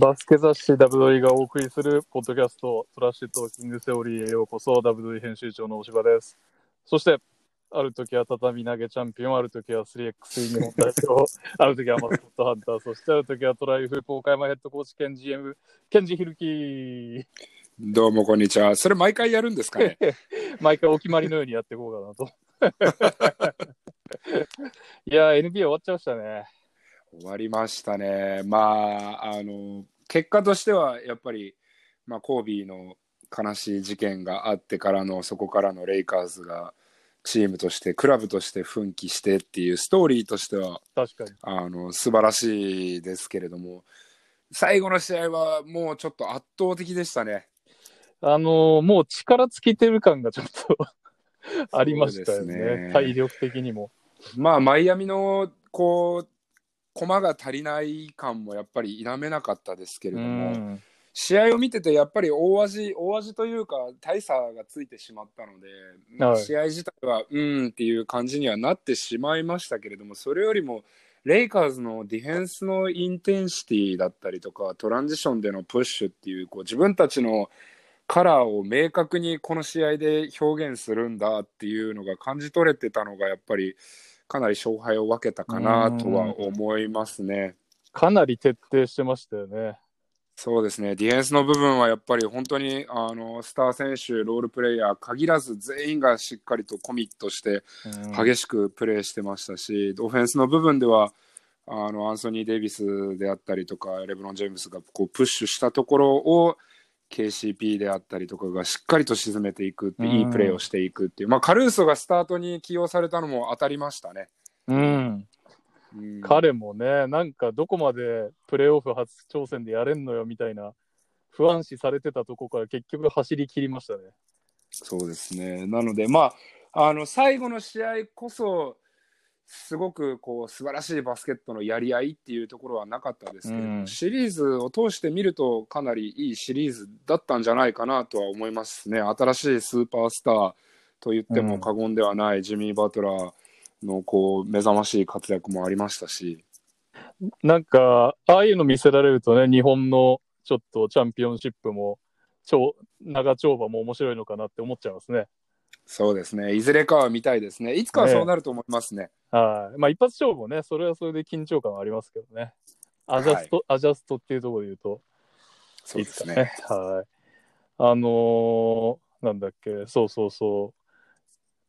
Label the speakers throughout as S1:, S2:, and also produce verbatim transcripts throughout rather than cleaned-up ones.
S1: バスケ雑誌 ダブリューイー がお送りするポッドキャストトラッシュトーキングセオリーへようこそ。 ダブリューイー 編集長の大柴です。そしてある時は畳投げチャンピオン、ある時は スリーエックス 日本代表ある時はマスコットハンター、そしてある時はトライフープ岡山ヘッドコーチ兼 ジーエム ケンジヒルキ。
S2: どうもこんにちは。それ毎回やるんですかね
S1: 毎回お決まりのようにやっていこうかなといやー エヌビーエー 終わっちゃいましたね。
S2: 終わりましたね。まああの結果としてはやっぱり、まあ、コービーの悲しい事件があってからのそこからのレイカーズがチームとしてクラブとして奮起してっていうストーリーとしては
S1: 確かに
S2: あの素晴らしいですけれども、最後の試合はもうちょっと圧倒的でしたね。
S1: あのー、もう力尽きてる感がちょっとありましたよ ね, ね体力的にも。
S2: まあマイアミのこう駒が足りない感もやっぱり否めなかったですけれども、うん、試合を見ててやっぱり大味大味というか大差がついてしまったので、まあ、試合自体はうーんっていう感じにはなってしまいましたけれども、それよりもレイカーズのディフェンスのインテンシティだったりとかトランジションでのプッシュっていう、こう自分たちのカラーを明確にこの試合で表現するんだっていうのが感じ取れてたのがやっぱりかなり勝敗を分けたかなとは思いますね。
S1: かなり徹底してましたよね。
S2: そうですね。ディフェンスの部分はやっぱり本当にあのスター選手、ロールプレイヤー限らず全員がしっかりとコミットして激しくプレーしてましたし、オフェンスの部分ではあのアンソニー・デイビスであったりとかレブロン・ジェームスがこうプッシュしたところを ケーシーピー であったりとかがしっかりと沈めていくって、いいプレーをしていくっていう、まあ、カルーソがスタートに起用されたのも当たりましたね。
S1: うんうん、彼もね、なんかどこまでプレーオフ初挑戦でやれんのよみたいな不安視されてたとこから結局走り切りましたね。
S2: そうですね。なのでまああの最後の試合こそすごくこう素晴らしいバスケットのやり合いっていうところはなかったですけれども、うん、シリーズを通して見るとかなりいいシリーズだったんじゃないかなとは思いますね。新しいスーパースターと言っても過言ではないジミー・バトラーのこう目覚ましい活躍もありましたし、
S1: なんかああいうの見せられるとね、日本のちょっとチャンピオンシップも超長丁場も面白いのかなって思っちゃいますね。
S2: そうですね。いずれかは見たいですね。いつかはそうなると思いますね。
S1: ね、はい。まあ一発勝負もね、それはそれで緊張感はありますけどね。アジャスト、はい、アジャストっていうところで言うと、
S2: そうですね。
S1: いいですかね。はい。あのー、なんだっけ、そうそうそう。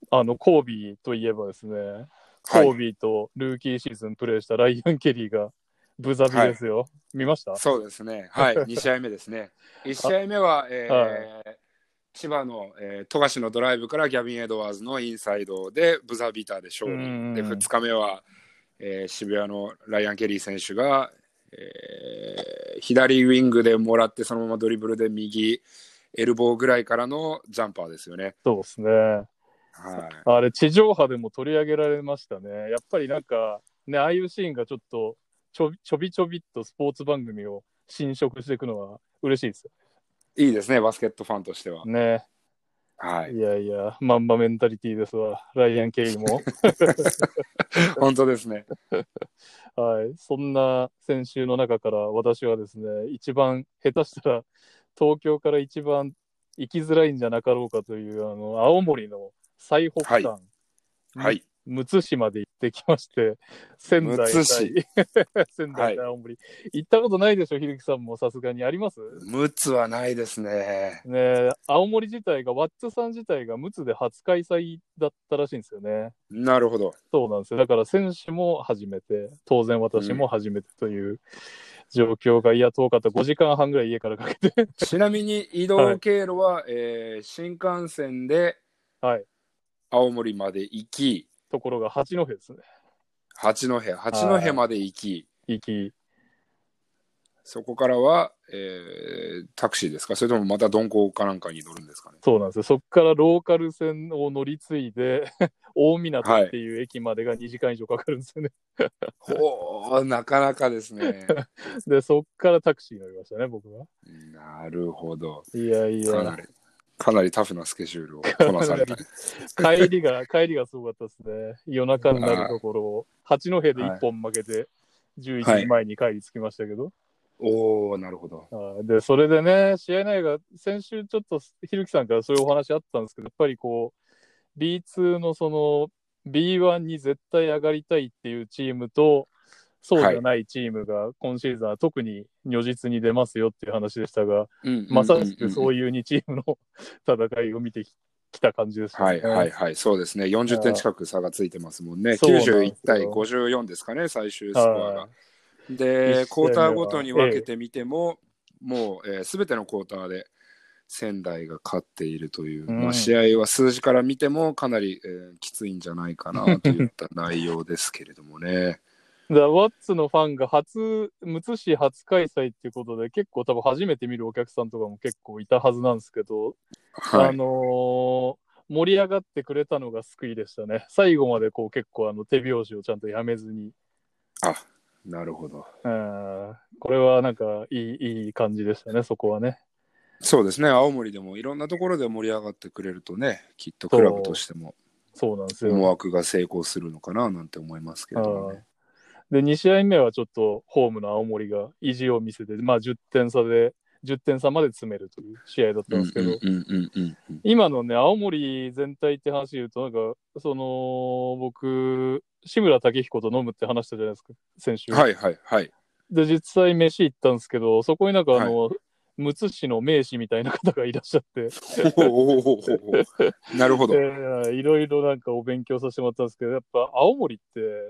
S1: あのコービーといえばですね、はい、コービーとルーキーシーズンプレーしたライアン・ケリーがブザビですよ。はい、見ました？
S2: そうですね。はい。に試合目ですね。いち試合目は、えーはい、千葉の、えー、富樫のドライブからギャビン・エドワーズのインサイドでブザービーターで勝利で、ふつかめは、えー、渋谷のライアン・ケリー選手が、えー、左ウィングでもらってそのままドリブルで右エルボーぐらいからのジャンパーですよね。
S1: そうですね。はい、あれ地上波でも取り上げられましたね。やっぱりなんかね、ああいうシーンがちょっとちょちょびちょびっとスポーツ番組を侵食していくのは嬉しいですよ。
S2: いいですね、バスケットファンとしては。
S1: ね。はい。いやいや、マンバメンタリティですわ、ライアン・ケリーも。
S2: 本当ですね。
S1: はい。そんな選手の中から私はですね、一番下手したら東京から一番行きづらいんじゃなかろうかというあの青森の最北端、はいはい、むつ市まで行ってきまして、仙台対仙台対青森、はい、行ったことないでしょ、ひるきさんもさすがにあります？
S2: むつはないですね。
S1: ね、青森自体がワッツさん自体がむつで初開催だったらしいんですよね。
S2: なるほど。
S1: そうなんですよ。だから選手も初めて、当然私も初めてという状況が、うん、いや遠かった。ごじかんはんぐらい家からかけて
S2: ちなみに移動経路は、はい、えー、新幹線で青森まで行き、はい、
S1: ところが八戸ですね。
S2: 八戸八戸まで行き、
S1: 行き
S2: そこからは、えー、タクシーですか、それともまた鈍行かなんかに乗るんですかね。
S1: そうなんですよ。そこからローカル線を乗り継いで大湊っていう駅までがにじかん以上かかるんですよね。
S2: ほー、なかなかですね。
S1: でそこからタクシー乗りましたね、僕は。
S2: なるほど。
S1: いやいや、
S2: かなりかなりタフなスケジュールをこなされた
S1: 帰りが帰りがすごかったですね。夜中になるところを八戸でいっぽん負けてじゅういちじまえに帰り着きましたけど、はい、
S2: おー、なるほど。
S1: あで、それでね、試合内容が、先週ちょっと、ひるきさんからそういうお話あったんですけど、やっぱりこう、ビーツー のその、ビーワン に絶対上がりたいっていうチームと、そう
S2: はい。
S1: じゃないチームが今シーズンは特に如実に出ますよっていう話でしたが、
S2: うんうん
S1: まさし
S2: うんうんうん。
S1: くそういうにチームの戦いを見てきた感じでしたね。
S2: はいはいはい、そうですね。よんじゅってん
S1: あ
S2: 近く差がついてますもんね。
S1: そうなん
S2: きゅうじゅういち対
S1: ですよ。
S2: ごじゅうよんですかね、最終スコアが。
S1: はい。一
S2: で、クォー
S1: 試合目
S2: ターごと
S1: は、ええ、
S2: に分けてみても、もう、えー、全てのクォーターで仙台が勝っているという、まあ、
S1: うん。
S2: 試合は数字から見てもかなり、えーきついんじゃないかなといった内容ですけれどもね。
S1: だワッツのファンが初、むつ市初開催っていうことで、結構多分初めて見るお客さんとかも結構いたはずなんですけど、あ
S2: はい。
S1: のー盛り上がってくれたのが救いでしたね。最後までこう結構あの手拍子をちゃんとやめずに。
S2: あ、なるほど。
S1: うん、これはなんかいい、いい感じでしたね、そこはね。
S2: そうですね。青森でもいろんなところで盛り上がってくれるとね、きっとクラブと
S1: そう、
S2: しても
S1: そうなんです
S2: 思
S1: よ。
S2: 惑が成功するのかななんて思いますけれどもね。
S1: で、に試合目はちょっとホームの青森が意地を見せて、まあじゅってん差で、じゅってん差まで詰めるという試合だった
S2: うんうん
S1: んですけど、
S2: うんうんうんうん。
S1: 今のね、青森全体って話で言うと、なんか、その、僕、志村武彦と飲むって話したじゃないですか、先週。
S2: はいはいはい
S1: で、実際飯行ったんですけど、そこになんかあ
S2: はい。
S1: の、むつ市の名士みたいな方がいらっしゃって、
S2: おおおおおなるほ
S1: え
S2: ど。
S1: ーいろいろなんかお勉強させてもらったんですけど、やっぱ青森って、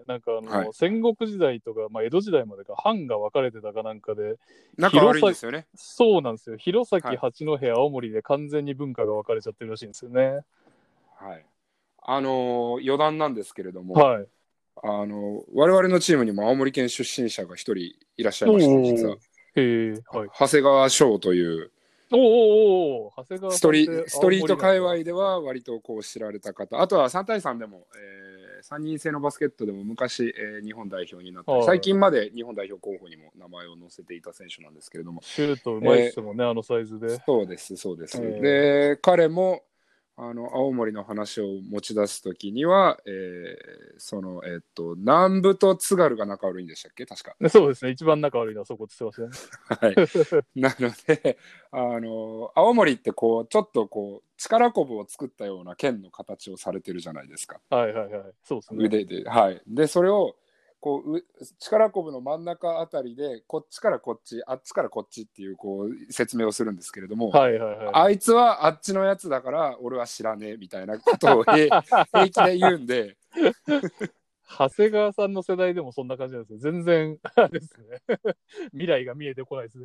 S1: なんかあの、
S2: はい。
S1: 戦国時代とか、まあ、江戸時代までか、藩が分かれてたかなんかで、
S2: 仲悪
S1: 弘前、
S2: いんですよね。
S1: そうなんですよ。弘前、
S2: はい。
S1: 八戸、青森で完全に文化が分かれちゃってるらしいんですよね。
S2: はい。あのー余談なんですけれども、
S1: はい。
S2: あのー我々のチームにも青森県出身者が一人いらっしゃいまして、実は。
S1: おお。へえ、はい。
S2: 長谷川翔という
S1: おーおーおー長谷川
S2: スト
S1: さんって
S2: リスト
S1: 青
S2: リート界
S1: 森なんだ。
S2: 隈では割とこう知られた方、あとはさん対さんでも、えー、さんにん制のバスケットでも昔、えー日本代表になったり、最
S1: はい。
S2: 近まで日本代表候補にも名前を載せていた選手なんですけれども、
S1: シュートうまいっ
S2: えー
S1: すもんね、あのサイズで。
S2: そうです、そうで
S1: え
S2: す。
S1: ー、
S2: で、彼もあの青森の話を持ち出すときには、えーその、えっと、南部と津軽が仲悪いんでしたっけ、確か。
S1: でそうですね、一番仲悪いのはそこって言ってま
S2: はい。
S1: したね。
S2: なので、あの、青森ってこう、ちょっとこう、力こぶを作ったような剣の形をされてるじゃないですか。
S1: はいはいはい、そうですね。
S2: 腕で。はい。で、それを、こう、う力こぶの真ん中あたりで、こっちからこっち、あっちからこっちっていう、こう、説明をするんですけれども、
S1: はいはいはい。
S2: あいつはあっちのやつだから俺は知らねえみたいなことを平平気で言うんで、
S1: 長谷川さんの世代でもそんな感じなんですよ。全然、あれですね。未来が見えてこないですね。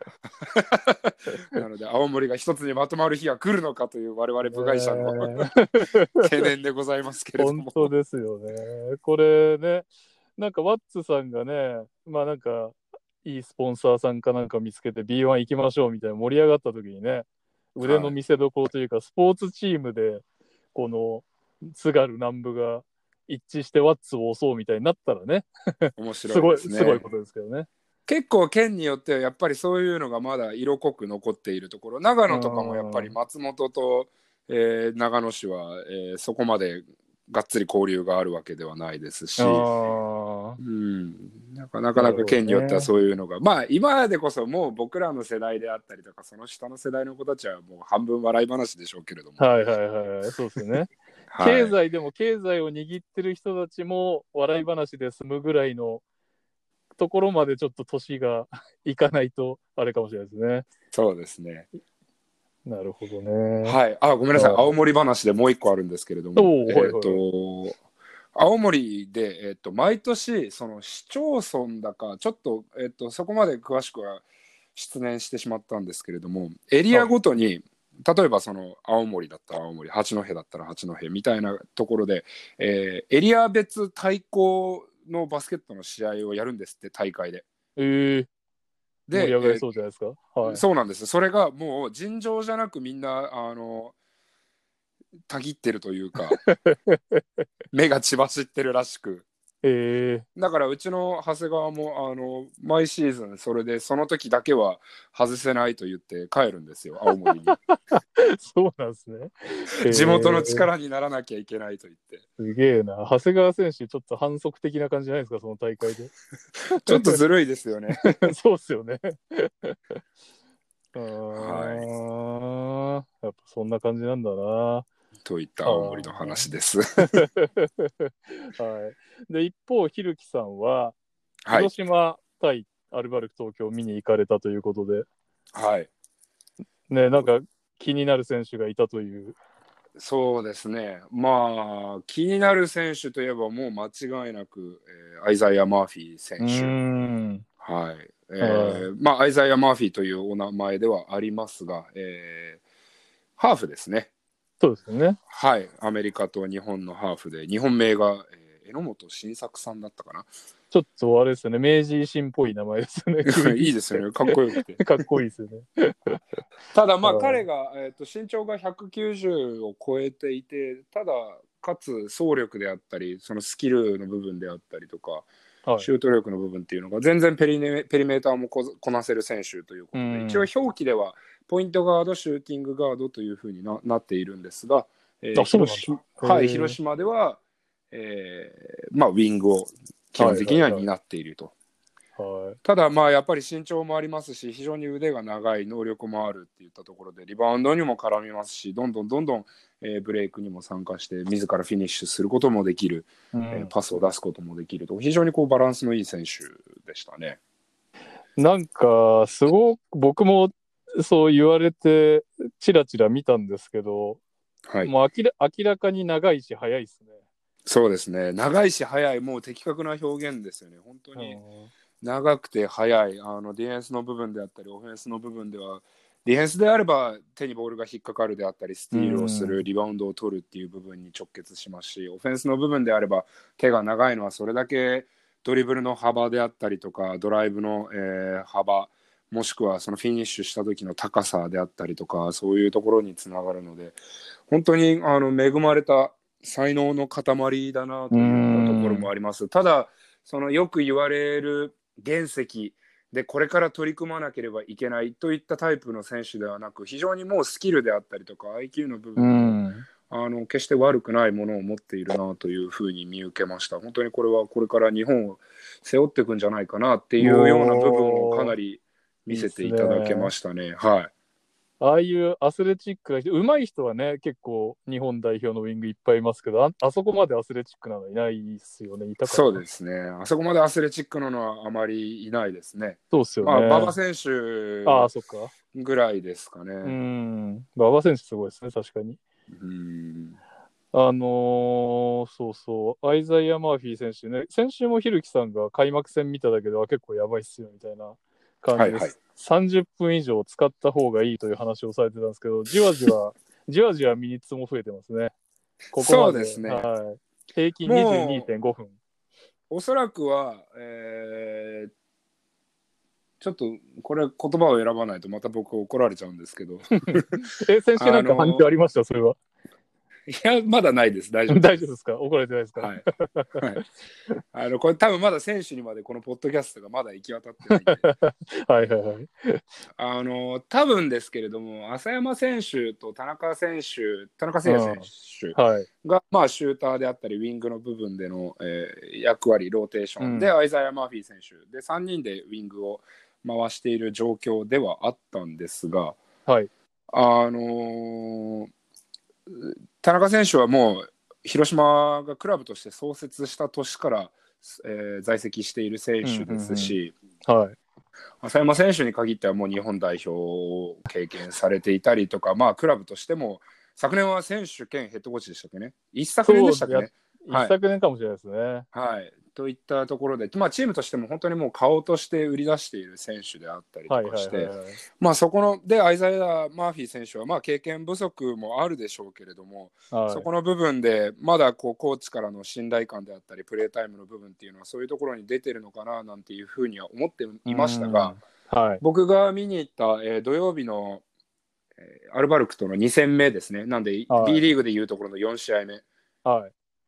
S2: なので青森が一つにまとまる日が来るのかという我々部外者の
S1: ね
S2: 懸念でございますけれど
S1: 本当
S2: も。
S1: ですよね。これね、なんかワッツさんがね、まあなんか、いいスポンサーさんかなんか見つけて ビーワン 行きましょうみたいな盛り上がった時にね、腕の
S2: はい。
S1: 見せ所というか、スポーツチームで、この津軽南部が一致してワッツを押そうみたいになったらね、
S2: 面白いで
S1: すごい、
S2: すね。
S1: すごいことですけどね。
S2: 結構県によってはやっぱりそういうのがまだ色濃く残っているところ、長
S1: う
S2: 野とかもやっぱり
S1: ん。
S2: 松本と、えー長野市は、えーそこまでがっつり交流があるわけではないです
S1: あ
S2: し、
S1: あ、
S2: うん、なかなかなか
S1: なるほど
S2: 県によっては
S1: ね。
S2: そういうのが、まあ今でこそもう僕らの世代であったりとか、その下の世代の子たちはもう半分笑い話でしょうけれども、
S1: はいはいはい、そうですよね。経
S2: はい、
S1: 済でも経済を握ってる人たちも笑い話で済むぐらいのところまでちょっと年がいかないとあれかもしれないですね。
S2: そうですね。
S1: なるほどね。
S2: はい、あ、ごめんなさい、青
S1: はい。
S2: 森話でもう一個あるんですけれども、
S1: おお、はい
S2: えっ、
S1: はいはい。
S2: と、青森で、えっと、毎年、その市町村だか、ちょっと、えっと、そこまで詳しくは失念してしまったんですけれども、エリア
S1: はい。
S2: ごとに、例えばその青森だったら青森、八戸だったら八戸みたいなところで、えーエリア別対抗のバスケットの試合をやるんですって、大会で。
S1: えー、盛り
S2: で、
S1: 上がり
S2: え
S1: そうじゃないですか。はい。
S2: ーそうなんです。それがもう尋常じゃなくみんな、あの、たぎってるというか、目が血走ってるらしく。
S1: ええ
S2: だからうちの長谷川もあの毎シーズンそれでその時だけは外せないと言って帰るんですよ、青森に。
S1: そうなんですね。
S2: 地元の
S1: ええ
S2: 力にならなきゃいけないと言って。
S1: すげえな。長谷川選手、ちょっと反則的な感じじゃないですか、その大会で。
S2: ちょっとずるいですよね。
S1: そうっすよね。あ
S2: はい。
S1: ーやっぱそんな感じなんだな。
S2: といった
S1: あ
S2: 青森の話です。
S1: はい。で、一方、ひるきさんは、
S2: はい。
S1: 広島対アルバルク東京を見に行かれたということで、
S2: はい。
S1: ね、なんか気になる選手がいたという。
S2: そうですね。まあ、気になる選手といえばもう間違いなく、えーアイザイア・マーフィー選
S1: うー
S2: 手。
S1: ん。
S2: はい。え
S1: は
S2: ーまあ、アイザイア・マーフィーというお名前ではありますが、えーハーフですね。
S1: そうですよね。
S2: はい。アメリカと日本のハーフで、日本名が、えー榎本晋作さんだったかな。
S1: ちょっとあれですよね。明治維新っぽい名前ですよね。急に。
S2: いいですよね。かっこよくて。
S1: かっこいいですよね。
S2: ただまあ
S1: は
S2: 彼が、えー、と身長がひゃくきゅうじゅうを超えていて、ただかつ走力であったりそのスキルの部分であったりとか
S1: い。はい。
S2: シュート力の部分っていうのが全然ペリネペリメーターもここなせる選手ということで、一応
S1: うん。
S2: 表記ではポイントガードシューティングガードというふうに な, なっているんですが、えー
S1: あ、そうなんだ。
S2: 広島
S1: へ
S2: はい、広
S1: え。
S2: 島では、えーまあ、ウィングを基
S1: はい
S2: 本的には
S1: はいはい。
S2: 担っていると。
S1: はい。
S2: ただまあやっぱり身長もありますし、非常に腕が長い、能力もあるっていったところでリバウンドにも絡みますし、どんどんどんどん、えーブレイクにも参加して自らフィニッシュすることもできる、えー
S1: うん。
S2: パスを出すこともできると、非常にこうバランスのいい選手でしたね。
S1: なんか、すごく、僕もそう言われて、チラチラ見たんですけど、
S2: はい、
S1: もう明ら明らかに長いし、速いですね。
S2: そうですね。長いし速い、もう的確な表現ですよね。本当
S1: う
S2: に
S1: ん。
S2: 長くて速い、あのディフェンスの部分であったり、オフェンスの部分では、ディフェンスであれば手にボールが引っかかるであったり、ス
S1: う
S2: ティールをする、
S1: ん。
S2: リバウンドを取るっていう部分に直結しますし、オフェンスの部分であれば、手が長いのはそれだけドリブルの幅であったりとか、ドライブの、えー幅、もしくはそのフィニッシュした時の高さであったりとか、そういうところにつながるので、本当にあの恵まれた才能の塊だな
S1: う
S2: といったところも
S1: ん。
S2: あります。ただ、そのよく言われる原石でこれから取り組まなければいけないといったタイプの選手ではなく、非常にもうスキルであったりとか アイキュー の部
S1: う
S2: 分も
S1: ん。
S2: あの決して悪くないものを持っているなというふうに見受けました。本当にこれはこれから日本を背負っていくんじゃないかなっていうような部分をかな
S1: おー、
S2: り見せて
S1: いいっす
S2: いただけま
S1: ね。
S2: したね。はい。
S1: ああいうアスレチックな人、上手い人はね、結構日本代表のウィングいっぱいいますけど、あ、あそこまでアスレチックなのいないっすよね。いたかな。
S2: そうですね。あそこまでアスレチックなのはあまりいないですね。
S1: そうっすよ
S2: まあ、馬場
S1: ね。
S2: 選
S1: ああ、
S2: 手
S1: そっか。
S2: ぐらいですか
S1: う
S2: ね。
S1: ん。馬場選手すごいですね、確かに。
S2: うん。
S1: あのーそうそう、アイザイア・マーフィー選手ね、先週もひるきさんが開幕戦見ただけでは結構やばいっすよみたいな感
S2: はいはい。
S1: じです。さんじゅっぷん以上使った方がいいという話をされてたんですけど、じわじわ、じわじわミニッツも増えてますね。ここ
S2: そう
S1: まで、
S2: ですね。
S1: はい。平均
S2: もう、
S1: にじゅうにてんごふん。
S2: おそらくは、えーちょっとこれ言葉を選ばないとまた僕怒られちゃうんですけど、
S1: え、先週な
S2: あ
S1: んか反響
S2: の、
S1: ありましたそれは。
S2: いや、まだないです。大丈夫です。
S1: 大丈夫ですか？怒られてないですか？
S2: はい。はい。あの、これ多分まだ選手にまでこのポッドキャストがまだ行き渡ってないんで、
S1: はいはいはい。
S2: あの、多分ですけれども、浅山選手と田中選手、田中誠也選
S1: うん。
S2: 手
S1: はい。
S2: が、まあ、シューターであったり、ウィングの部分での、えー役割、ローテーションで、
S1: うん。
S2: アイザイア・マーフィー選手で、さんにんでウィングを回している状況ではあったんですが、
S1: はい。
S2: あのー田中選手はもう、広島がクラブとして創設した年から、えー在籍している選
S1: うん、
S2: 手で
S1: うん、うん。
S2: すし、
S1: はい。
S2: 浅山選手に限ってはもう日本代表を経験されていたりとか、まあ、クラブとしても昨年は選手兼ヘッドコーチでしたっけね、一昨年で
S1: そう、や、
S2: したっけね。はい、
S1: 一昨年かもしれないですね。
S2: はい、といったところで、まあ、チームとしても本当にもう顔として売り出している選手であったりと
S1: はいはいはい
S2: かして、
S1: はい。
S2: まあ、そこのでアイザイア・マーフィー選手はまあ経験不足もあるでしょうけれども、そ
S1: はい。
S2: この部分でまだこうコーチからの信頼感であったりプレータイムの部分っていうのはそういうところに出てるのかななんていうふうには思って
S1: う
S2: いましたが、
S1: ん。はい。
S2: 僕が見に行った、えー土曜日の、えーアルバルクとのに戦目ですね。なんで B
S1: はい。
S2: リーグでいうところのよん試合目。
S1: はい。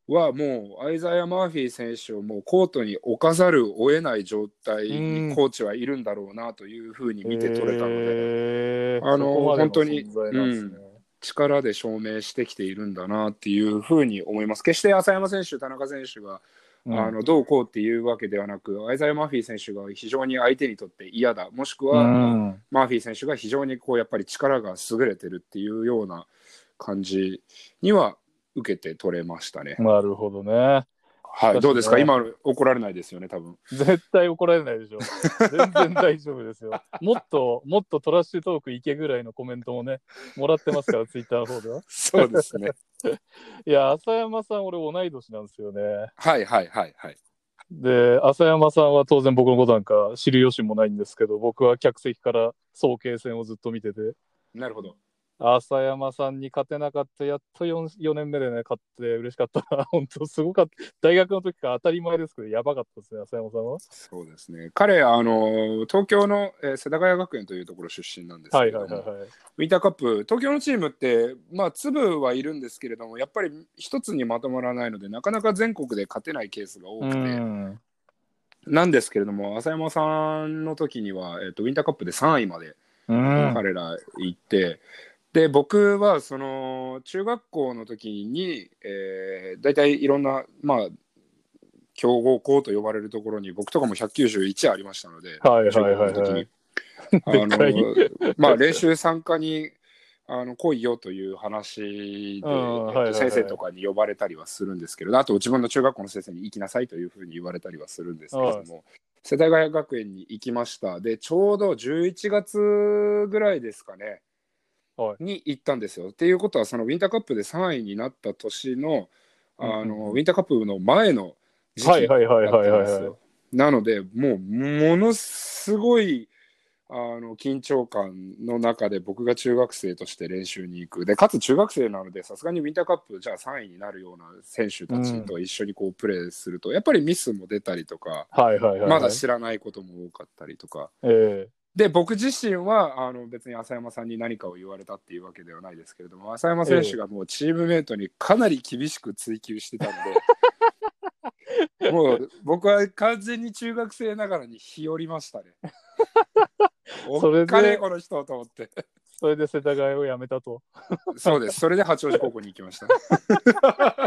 S2: はもうアイザイア・マーフィー選手をもうコートに置かざるを得ない状態にコーチはいるんだろうなというふうに見て取れたので、
S1: えー、
S2: あの
S1: そこまでの
S2: 本当に、
S1: 存在
S2: う
S1: なんですね。
S2: ん、力で証明してきているんだなっていうふうに思います。決して浅山選手、田中選手があのどうこうっていうわけではなく、アイザイア・マーフィー選手が非常に相手にとって嫌だ、もしくは、
S1: うん、
S2: マーフィー選手が非常にこうやっぱり力が優れてるっていうような感じには受けて取れましたね。
S1: なるほどね。
S2: はい、
S1: ね、
S2: どうですか？今怒られないですよね、多分。
S1: 絶対怒られないでしょ。全然大丈夫ですよ。もっともっとトラッシュトークいけぐらいのコメントもね、もらってますから、ツイッターの方では。
S2: そうですね。
S1: いや、浅山さん、俺同い年なんですよね。
S2: はいはいはいはい。
S1: で、浅山さんは当然僕のことなんか知る由もないんですけど、僕は客席から早慶戦をずっと見てて、
S2: なるほど。
S1: 浅山さんに勝てなかった、やっと 4, よねんめでね、勝って嬉しかったな。本当すごかった。大学の時から当たり前ですけど、やばかったですね、浅山さんは。
S2: そうですね。彼、あの、東京の、えー世田谷学園というところ出身なんですけれども、
S1: はいはいはいはい。
S2: ウィンターカップ、東京のチームって、まあ、粒はいるんですけれども、やっぱり一つにまとまらないので、なかなか全国で勝てないケースが多
S1: う
S2: くて、
S1: ん。
S2: なんですけれども、浅山さんの時には、えっと、ウィンターカップでさんいまで、
S1: う
S2: あの
S1: ん。
S2: 彼ら行って、で、僕はその中学校の時に、えー、大体いろんな、まあ、強豪校と呼ばれるところに僕とかもひゃくきゅうじゅういちありましたので、
S1: はい
S2: 中学校
S1: はいはいはい。
S2: の時に。
S1: でっ
S2: あ
S1: かい。
S2: の、まあ、練習参加にあの来いよという話で、
S1: うん、
S2: えっと、
S1: はいはいはい。
S2: 先生とかに呼ばれたりはするんですけど、あと自分の中学校の先生に行きなさいというふうに言われたりはするんですけれ
S1: はい。
S2: ども、世田谷学園に行きました。で、ちょうどじゅういちがつぐらいですかね、
S1: はい。
S2: に行ったんですよ。っていうことは、そのウィンターカップでさんいになった年の、
S1: うん
S2: あのウ
S1: うんうん。
S2: ィンターカップの前の時
S1: はい
S2: 期
S1: はいはい
S2: だっ
S1: はいはいはい。
S2: たんですよ。なので、もうものすごいあの緊張感の中で僕が中学生として練習に行く。で、かつ中学生なので、さすがにウィンターカップじゃあさんいになるような選手たち
S1: うん。
S2: と一緒にこうプレーすると、やっぱりミスも出たりとか、
S1: はいはいはい
S2: まだ
S1: はい。
S2: 知らないことも多かったりとか。
S1: ええ
S2: で、僕自身はあの別に浅山さんに何かを言われたっていうわけではないですけれども、浅山選手
S1: ええ
S2: がもうチームメイトにかなり厳しく追求してたので、もう僕は完全に中学生ながらに日和りましたね。おっ
S1: それで、
S2: かねえこの人と思って。
S1: それで世田谷を辞めたと。
S2: そうです。それで八王子高校に行きました。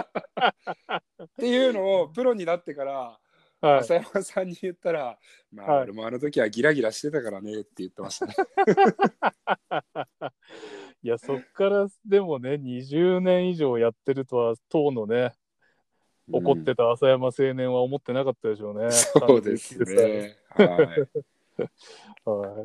S2: っていうのをプロになってから
S1: はい。
S2: 浅山さんに言ったら、まあ
S1: はい。
S2: 俺もあの時はギラギラしてたからねって言ってましたね。
S1: いや、そっからでもね、にじゅうねん以上やってるとは、当のね、怒っ
S2: うん、
S1: てた浅山青年は思ってなかったでしょうね。
S2: そうで
S1: 39
S2: す
S1: 歳。
S2: ね。はい。
S1: はい。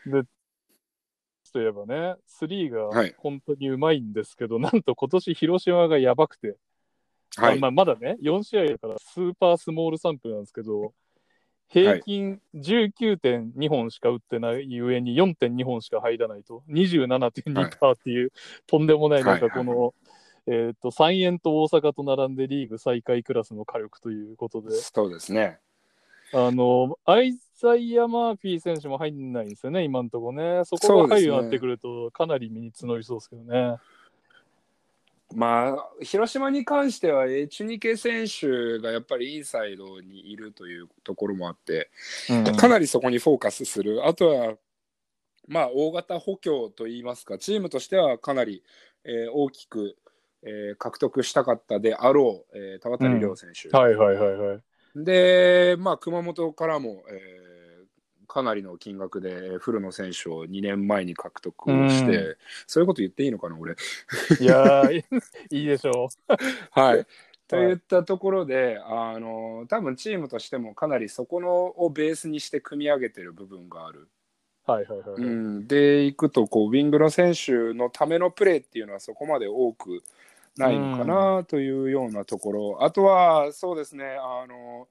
S1: で、といえばね、スリーが
S2: はい。
S1: 本当にうまいんですけど、なんと今年広島がやばくて、あ、
S2: はい。
S1: まあ、まだね、よん試合だからスーパースモールサンプルなんですけど、平
S2: はい。
S1: 均じゅうきゅうてんにほんしか打ってない上によんてんにほんしか入らないと、
S2: はい。
S1: にじゅうななてんにパーセントっていうとんでもないなん
S2: はい。はい。
S1: かこの、えっと、三円と大阪と並んでリーグ最下位クラスの火力ということで、
S2: そうですね。
S1: あの、アイザイア・マーフィー選手も入んないんですよね、今のところね。そこが
S2: そうで
S1: 入るようになって
S2: すね。
S1: くると、かなり身に募りそうですけどね。
S2: まあ、広島に関してはエチュニケ選手がやっぱりインサイドにいるというところもあって、
S1: うん。
S2: かなりそこにフォーカスする。あとは、まあ、大型補強といいますか、チームとしてはかなり、えー大きく、えー獲得したかったであろう、えー田渡亮
S1: うん。
S2: 選手。
S1: はいはいはいはい。
S2: で、まあ、熊本からも、えーかなりの金額で古野選手をにねんまえに獲
S1: う
S2: 得し
S1: ん。
S2: て、そういうこと言っていいのかな、俺。
S1: いやー、いいでしょ
S2: はい。
S1: う。
S2: といっ
S1: はい。
S2: たところで、あの多分チームとしてもかなりそこのをベースにして組み上げてる部分がある。
S1: はいはいはいはい。
S2: うん、でいくとこうウィングの選手のためのプレーっていうのはそこまで多く
S1: う
S2: ないのか
S1: ん。
S2: なというようなところ。あとはそうですね、あの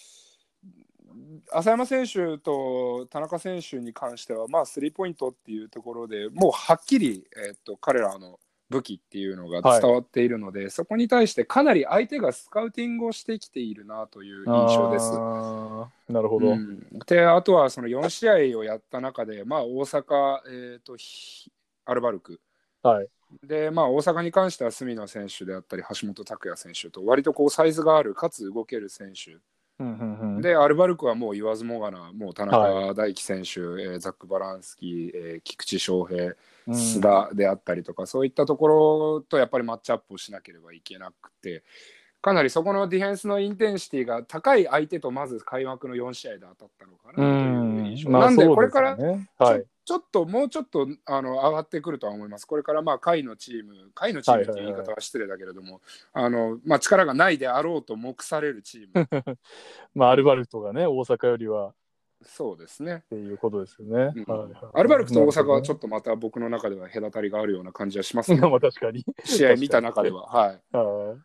S2: 浅山選手と田中選手に関しては、まあ、スリーポイントっていうところでもうはっきり、えっと、彼らの武器っていうのが
S1: はい。
S2: 伝わっているので、そこに対してかなり相手がスカウティングをしてきているなという印象です。
S1: あー、なるほど。
S2: うん、であとはそのよん試合をやった中で、まあ、大阪、えーと、アルバルク
S1: はい。
S2: で、まあ、大阪に関しては隅野選手であったり橋本拓也選手と割とこうサイズがあるかつ動ける選手、
S1: うんうんうん、
S2: でアルバルクはもう言わずもがなもう田
S1: はい
S2: 中大輝選手、えーザック・バランスキー、えー菊池翔平、
S1: うん
S2: 須田であったりとか、そういったところとやっぱりマッチアップをしなければいけなくて、かなりそこのディフェンスのインテンシティが高い相手とまず開幕のよん試合で当たったのかなという印象、
S1: まあ、
S2: なんでこれから
S1: そうですよね、
S2: ちょ,、
S1: はい、
S2: ちょっともうちょっとあの上がってくるとは思います。これからまあ下位のチーム下位のチームっていう言い方は失礼だけれども、あのまあ、力がないであろうと目されるチーム
S1: まあアルバルクとかね、大阪よりは
S2: そうですね
S1: っていうことですよね、
S2: うん
S1: はいはい、
S2: アルバルクと大阪は
S1: ね、
S2: ちょっとまた僕の中では隔たりがあるような感じはしますけど、
S1: まあ確かに
S2: 試合見た中でははい
S1: はい、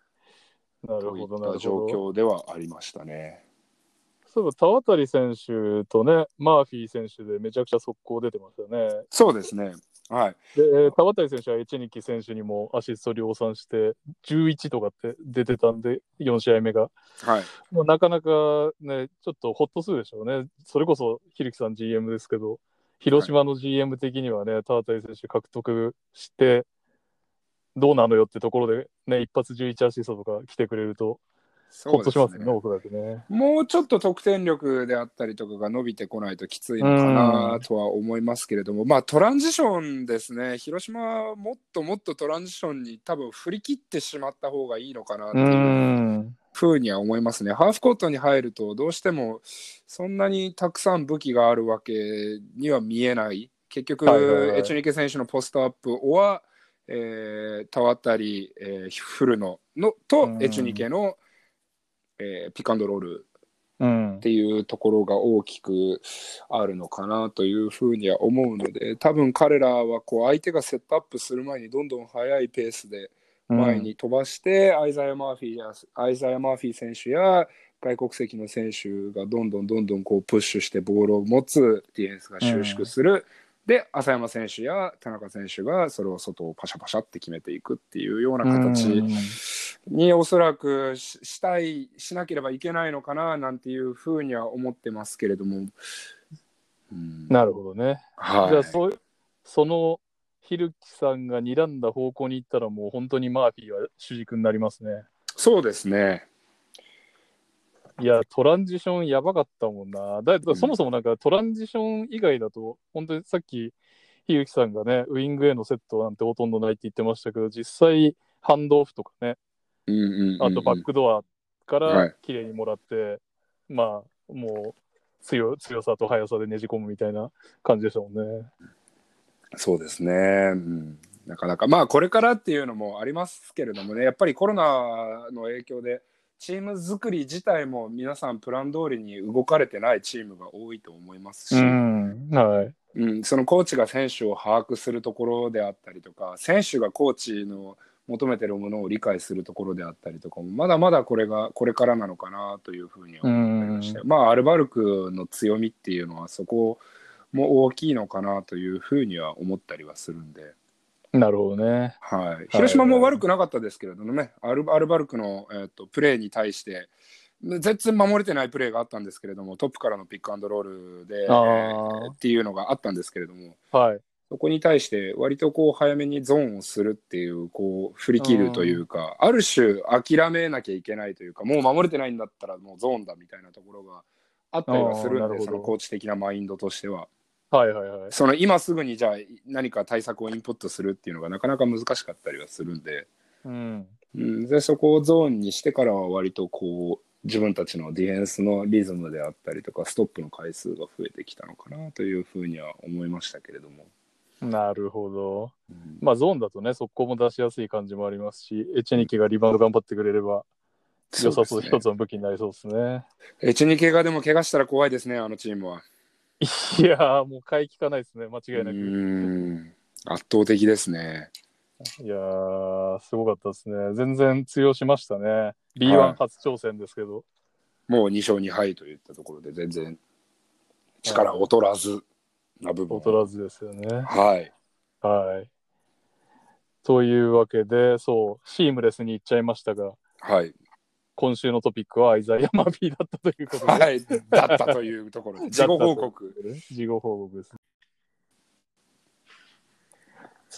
S1: なる
S2: といっ
S1: ほどなる
S2: た状
S1: ほど。
S2: 況ではありましたね。
S1: そういえば田渡選手とね、マーフィー選手でめちゃくちゃ速攻出てますよね。
S2: そうですね。はい。
S1: で、田渡選手はエチニキ選手にもアシスト量産してじゅういちとかって出てたんで、よん試合目が。
S2: はい。
S1: もうなかなかね、ちょっとホッとするでしょうね。それこそ、ひるきさん ジーエム ですけど、広島の ジーエム 的にはね、田渡選手獲得して、どうなのよってところで、ね、一発じゅういちアシストとか来てくれると、ほっとしますね、おそらくね。
S2: もうちょっと得点力であったりとかが伸びてこないときついのかなとは思いますけれども、まあトランジションですね。広島はもっともっとトランジションに多分振り切ってしまった方がいいのかなっていうふうには思いますね。ハーフコートに入るとどうしてもそんなにたくさん武器があるわけには見えない。結局、はいはいはい、エチュニケ選手のポストアップは、えー、田渡、えー、古野のとエチュニケのえー、ピックアンドロールっていうところが大きくあるのかなというふうには思うので、多分彼らはこう相手がセットアップする前にどんどん速いペースで前に飛ばして、うん、アイザヤ・マーフィーやアイザヤ・マーフィー選手や外国籍の選手がどんどんどんどんこうプッシュしてボールを持つディフェンスが収縮する、うん、で浅山選手や田中選手がそれを外をパシャパシャって決めていくっていうような形におそらくしたいしなければいけないのかななんていうふうには思ってますけれども、
S1: うん、なるほどね、はい、じゃあ そ, そのひるきさんが睨んだ方向に行ったらもう本当にマーフィーは主軸になりますね。
S2: そうですね。
S1: いやトランジションやばかったもんな。だそもそもなんかトランジション以外だと本当にさっきひるきさんがねウイングへのセットなんてほとんどないって言ってましたけど、実際ハンドオフとかね、
S2: うんうんうんうん、
S1: あとバックドアから綺麗にもらって、はい、まあもう 強, 強さと速さでねじ込むみたいな感じでしたもんね。
S2: そうですね、うん、なかなかまあこれからっていうのもありますけれどもね、やっぱりコロナの影響でチーム作り自体も皆さんプラン通りに動かれてないチームが多いと思いますし、
S1: うんはい
S2: うん、そのコーチが選手を把握するところであったりとか、選手がコーチの求めてるものを理解するところであったりとかもまだまだこれがこれからなのかなというふうに思ってまして、まあアルバルクの強みっていうのはそこも大きいのかなというふうには思ったりはするんで。
S1: なるほどね、
S2: はい、広島も悪くなかったですけれどもね、アル、アルバルクの、えーと、プレーに対して全然守れてないプレーがあったんですけれども、トップからのピックアンドロールで、えー、っていうのがあったんですけれども、
S1: はい、
S2: そこに対して割とこう早めにゾーンをするっていうこう振り切るというか、ある種諦めなきゃいけないというか、もう守れてないんだったらもうゾーンだみたいなところがあったりはするんで、そのコーチ的なマインドとしては。
S1: はいはいはい、
S2: その今すぐにじゃあ何か対策をインプットするっていうのがなかなか難しかったりはするんで、
S1: うん
S2: うん、でそこをゾーンにしてからは割とこう自分たちのディフェンスのリズムであったりとかストップの回数が増えてきたのかなというふうには思いましたけれども。
S1: なるほど、うん、まあゾーンだとね速攻も出しやすい感じもありますし、エチェニケがリバウンド頑張ってくれれば良さそう、一つの武器になりそうですね。
S2: エチェニケがでも怪我したら怖いですね、あのチームは。
S1: いやもう買い聞かないですね、間違いなく。
S2: うん圧倒的ですね。
S1: いやすごかったですね。全然通用しましたね。 ビーワン 初挑戦ですけど、
S2: はい、もうに勝に敗といったところで全然力劣らずな部分、
S1: 劣らずですよね。
S2: はい
S1: はいというわけで、そうシームレスにいっちゃいましたが、
S2: はい
S1: 今週のトピックはアイザイア・マーフィーだったということで、
S2: はい、だったというところで事後報告
S1: 事後報告です。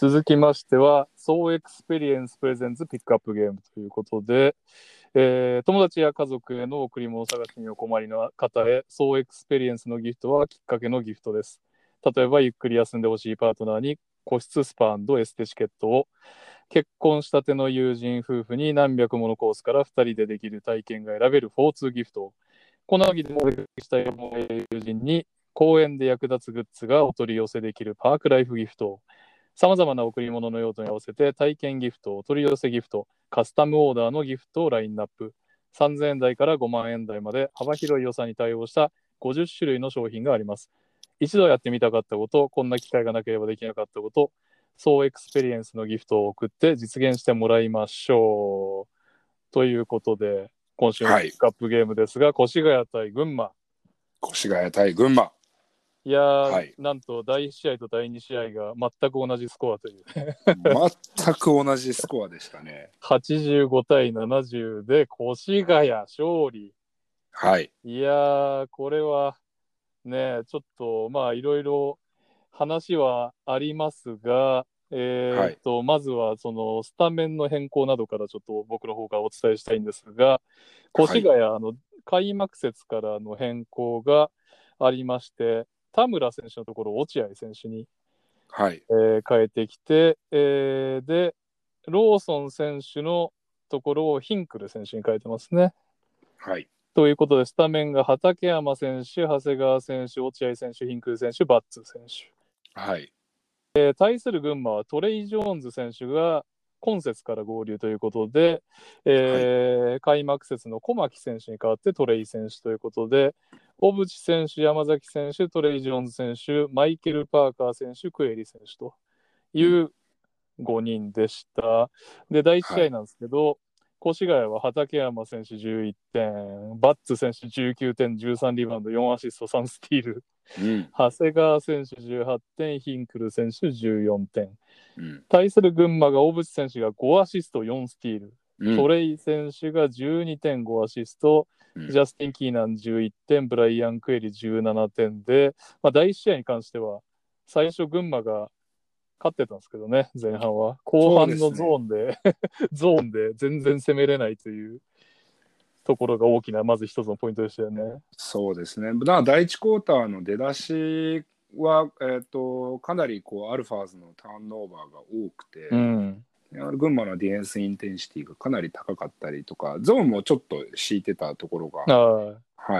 S1: 続きましては、ソーエクスペリエンスプレゼンツピックアップゲームということで、えー友達や家族への贈り物探しにお困りの方へ、ソーエクスペリエンスのギフトはきっかけのギフトです。例えば、ゆっくり休んでほしいパートナーに個室スパエステチケットを、結婚したての友人夫婦に何百ものコースからふたりでできる体験が選べるフォーツーギフトを、この秋でもお出かけしたい友人に公園で役立つグッズがお取り寄せできるパークライフギフトを、さまざまな贈り物の用途に合わせて体験ギフト、お取り寄せギフト、カスタムオーダーのギフトをラインナップ。さんぜんえん台からごまん円台まで幅広い予算に対応したごじゅっ種類の商品があります。一度やってみたかったこと、こんな機会がなければできなかったこと、ソーエクスペリエンスのギフトを送って実現してもらいましょう。ということで、今週のピックアップゲームですが、はい、越谷対群馬。
S2: 越谷対群馬。
S1: いやー、はい、なんとだいいち試合とだいに試合が全く同じスコアという。
S2: 全く同じスコアでしたね。
S1: はちじゅうご対ななじゅうで越谷勝利。
S2: はい。
S1: いやー、これはね、ちょっとまあいろいろ話はありますが、えー、っと、はい、まずはそのスタメンの変更などからちょっと僕の方からお伝えしたいんですが、越谷、はい、あの開幕節からの変更がありまして、田村選手のところを落合選手に、
S2: はい
S1: えー、変えてきて、えー、でローソン選手のところをヒンクル選手に変えてますね。
S2: はい。
S1: ということで、スタメンが畠山選手、長谷川選手、落合選手、ヒンクル選手、バッツ選手。
S2: はい。
S1: えー、対する群馬はトレイ・ジョーンズ選手が今節から合流ということで、えーはい、開幕節の小牧選手に代わってトレイ選手ということで、小渕選手、山崎選手、トレイ・ジョーンズ選手、マイケル・パーカー選手、クエリ選手というごにんでした。で、だいいち試合なんですけど、はい、越谷は畠山選手じゅういってん、バッツ選手じゅうきゅうてん、じゅうさんリバウンド、よんアシスト、さんスティール。うん、長谷川選手じゅうはってん、ヒンクル選手じゅうよんてん、うん、対する群馬が小渕選手がごアシストよんスティール、うん、トレイ選手がじゅうにてんごアシスト、うん、ジャスティン・キーナンじゅういってん、ブライアン・クエリじゅうななてんで、まあ、だいいち試合に関しては最初群馬が勝ってたんですけどね、前半は後半のゾーンで、ね、ゾーンで全然攻めれないというところが大きなまず一つのポイントでしたよね。
S2: そうですね。だからだいいちクォーターの出だしは、えー、とかなりこうアルファーズのターンオーバーが多くて、うん、群馬のディフェンスインテンシティがかなり高かったりとか、ゾーンもちょっと敷いてたところが、はい、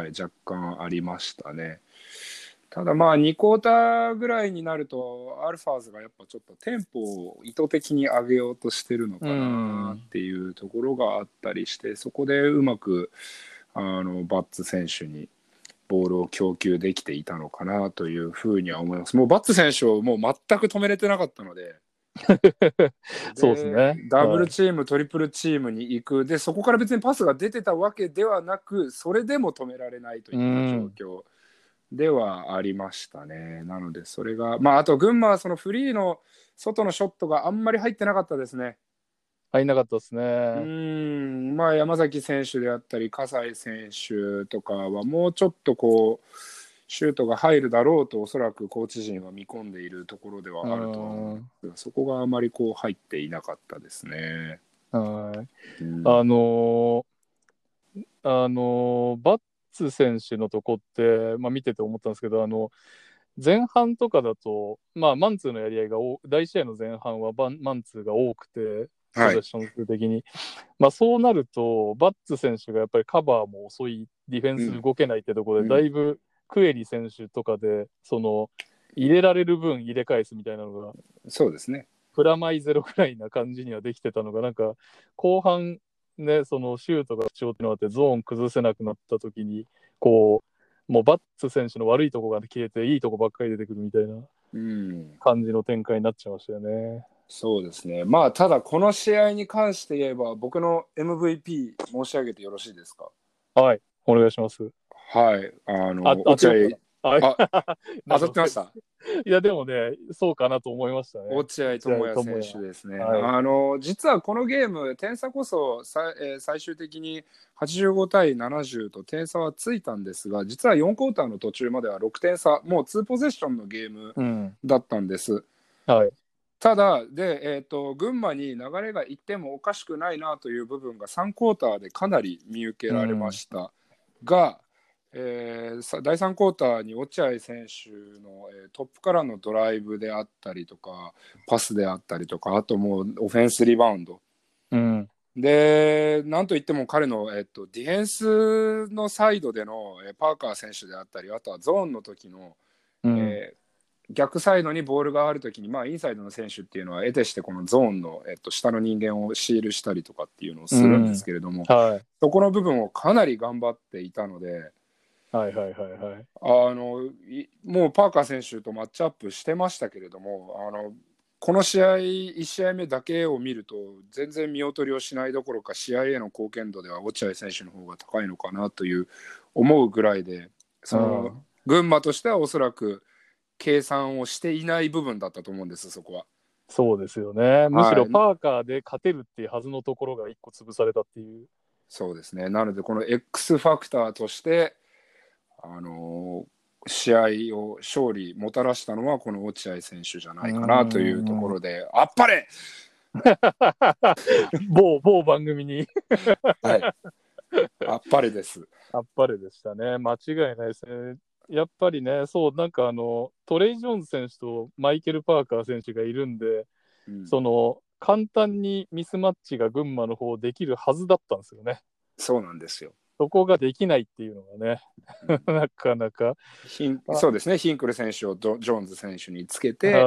S2: 若干ありましたね。ただまあにクォーターぐらいになるとアルファーズがやっぱちょっとテンポを意図的に上げようとしてるのかなっていうところがあったりして、そこでうまくあのバッツ選手にボールを供給できていたのかなというふうには思います。もうバッツ選手をもう全く止めれてなかったので
S1: そうですね。
S2: ダブルチーム、はい、トリプルチームに行く。でそこから別にパスが出てたわけではなく、それでも止められないといった状況ではありましたね。なのでそれがまああと群馬はそのフリーの外のショットがあんまり入ってなかったですね。
S1: 入んなかったですね。
S2: うんまあ山崎選手であったり葛西選手とかはもうちょっとこうシュートが入るだろうとおそらくコーチ陣は見込んでいるところではあると思うんですが、そこがあまりこう入っていなかったですね。
S1: はい、うん、あのー、あのー、バッツ選手のとこって、まあ、見てて思ったんですけど、あの前半とかだと、まあ、マンツーのやり合いがだいいち試合の前半はマンツーが多くて、ポゼッション数的に、はい、まあ、そうなるとバッツ選手がやっぱりカバーも遅い、ディフェンス動けないってところで、うん、だいぶクエリ選手とかでその入れられる分入れ返すみたいなのが、
S2: そうですね、
S1: プラマイゼロくらいな感じにはできてたのが、なんか後半ね、そのシュートが不調っていうのがあってゾーン崩せなくなった時にこうもうバッツ選手の悪いとこが消えていいとこばっかり出てくるみたいな感じの展開になっちゃいましたよね。うん、
S2: そうですね。まあただこの試合に関して言えば僕の エムブイピー 申し上げてよろしいですか？
S1: はい、お願いします。
S2: はい、あの落合あ当たってました。
S1: いやでもね、そうかなと思いましたね。
S2: 落合智也選手ですね。
S1: はい、
S2: あの実はこのゲーム点差こそさ、えー、最終的にはちじゅうご対ななじゅうと点差はついたんですが、実はよんクォーターの途中まではろくてん差、もうにポゼッションのゲームだったんです。
S1: うん、はい。
S2: ただで、えーと、群馬に流れがいってもおかしくないなという部分がさんクォーターでかなり見受けられました、うん、が、えー、だいさんクォーターに落合選手の、えー、トップからのドライブであったりとかパスであったりとか、あともうオフェンスリバウンド、
S1: うん、で
S2: なんといっても彼の、えっと、ディフェンスのサイドでの、えー、パーカー選手であったり、あとはゾーンの時の、
S1: うん、
S2: えー逆サイドにボールがあるときに、まあ、インサイドの選手っていうのは得てしてこのゾーンの、えっと、下の人間をシールしたりとかっていうのをするんですけれども、
S1: うん、はい、
S2: そこの部分をかなり頑張っていたので、
S1: はいはいはいはい、
S2: あのもうパーカー選手とマッチアップしてましたけれども、あのこの試合いち試合目だけを見ると全然見劣りをしないどころか、試合への貢献度では落合選手の方が高いのかなという思うぐらいで、その群馬としてはおそらく計算をしていない部分だったと思うんです、そこは。
S1: そうですよね。むしろパーカーで勝てるっていうはずのところがいっこ潰されたっていう。
S2: そうですね。なのでこの X ファクターとして、あのー、試合を勝利もたらしたのはこの落合選手じゃないかなというところで、あっぱれ
S1: 某某番組に
S2: はい、あっぱれです。
S1: あっぱれでしたね。間違いないですね。やっぱりね、そう、なんかあの、トレイ・ジョーンズ選手とマイケル・パーカー選手がいるんで、うん、その、簡単にミスマッチが群馬の方できるはずだったんですよね。
S2: そうなんですよ。
S1: そこができないっていうのがね、うん、なかなか。
S2: そうですね、ヒンクル選手をジョーンズ選手につけて、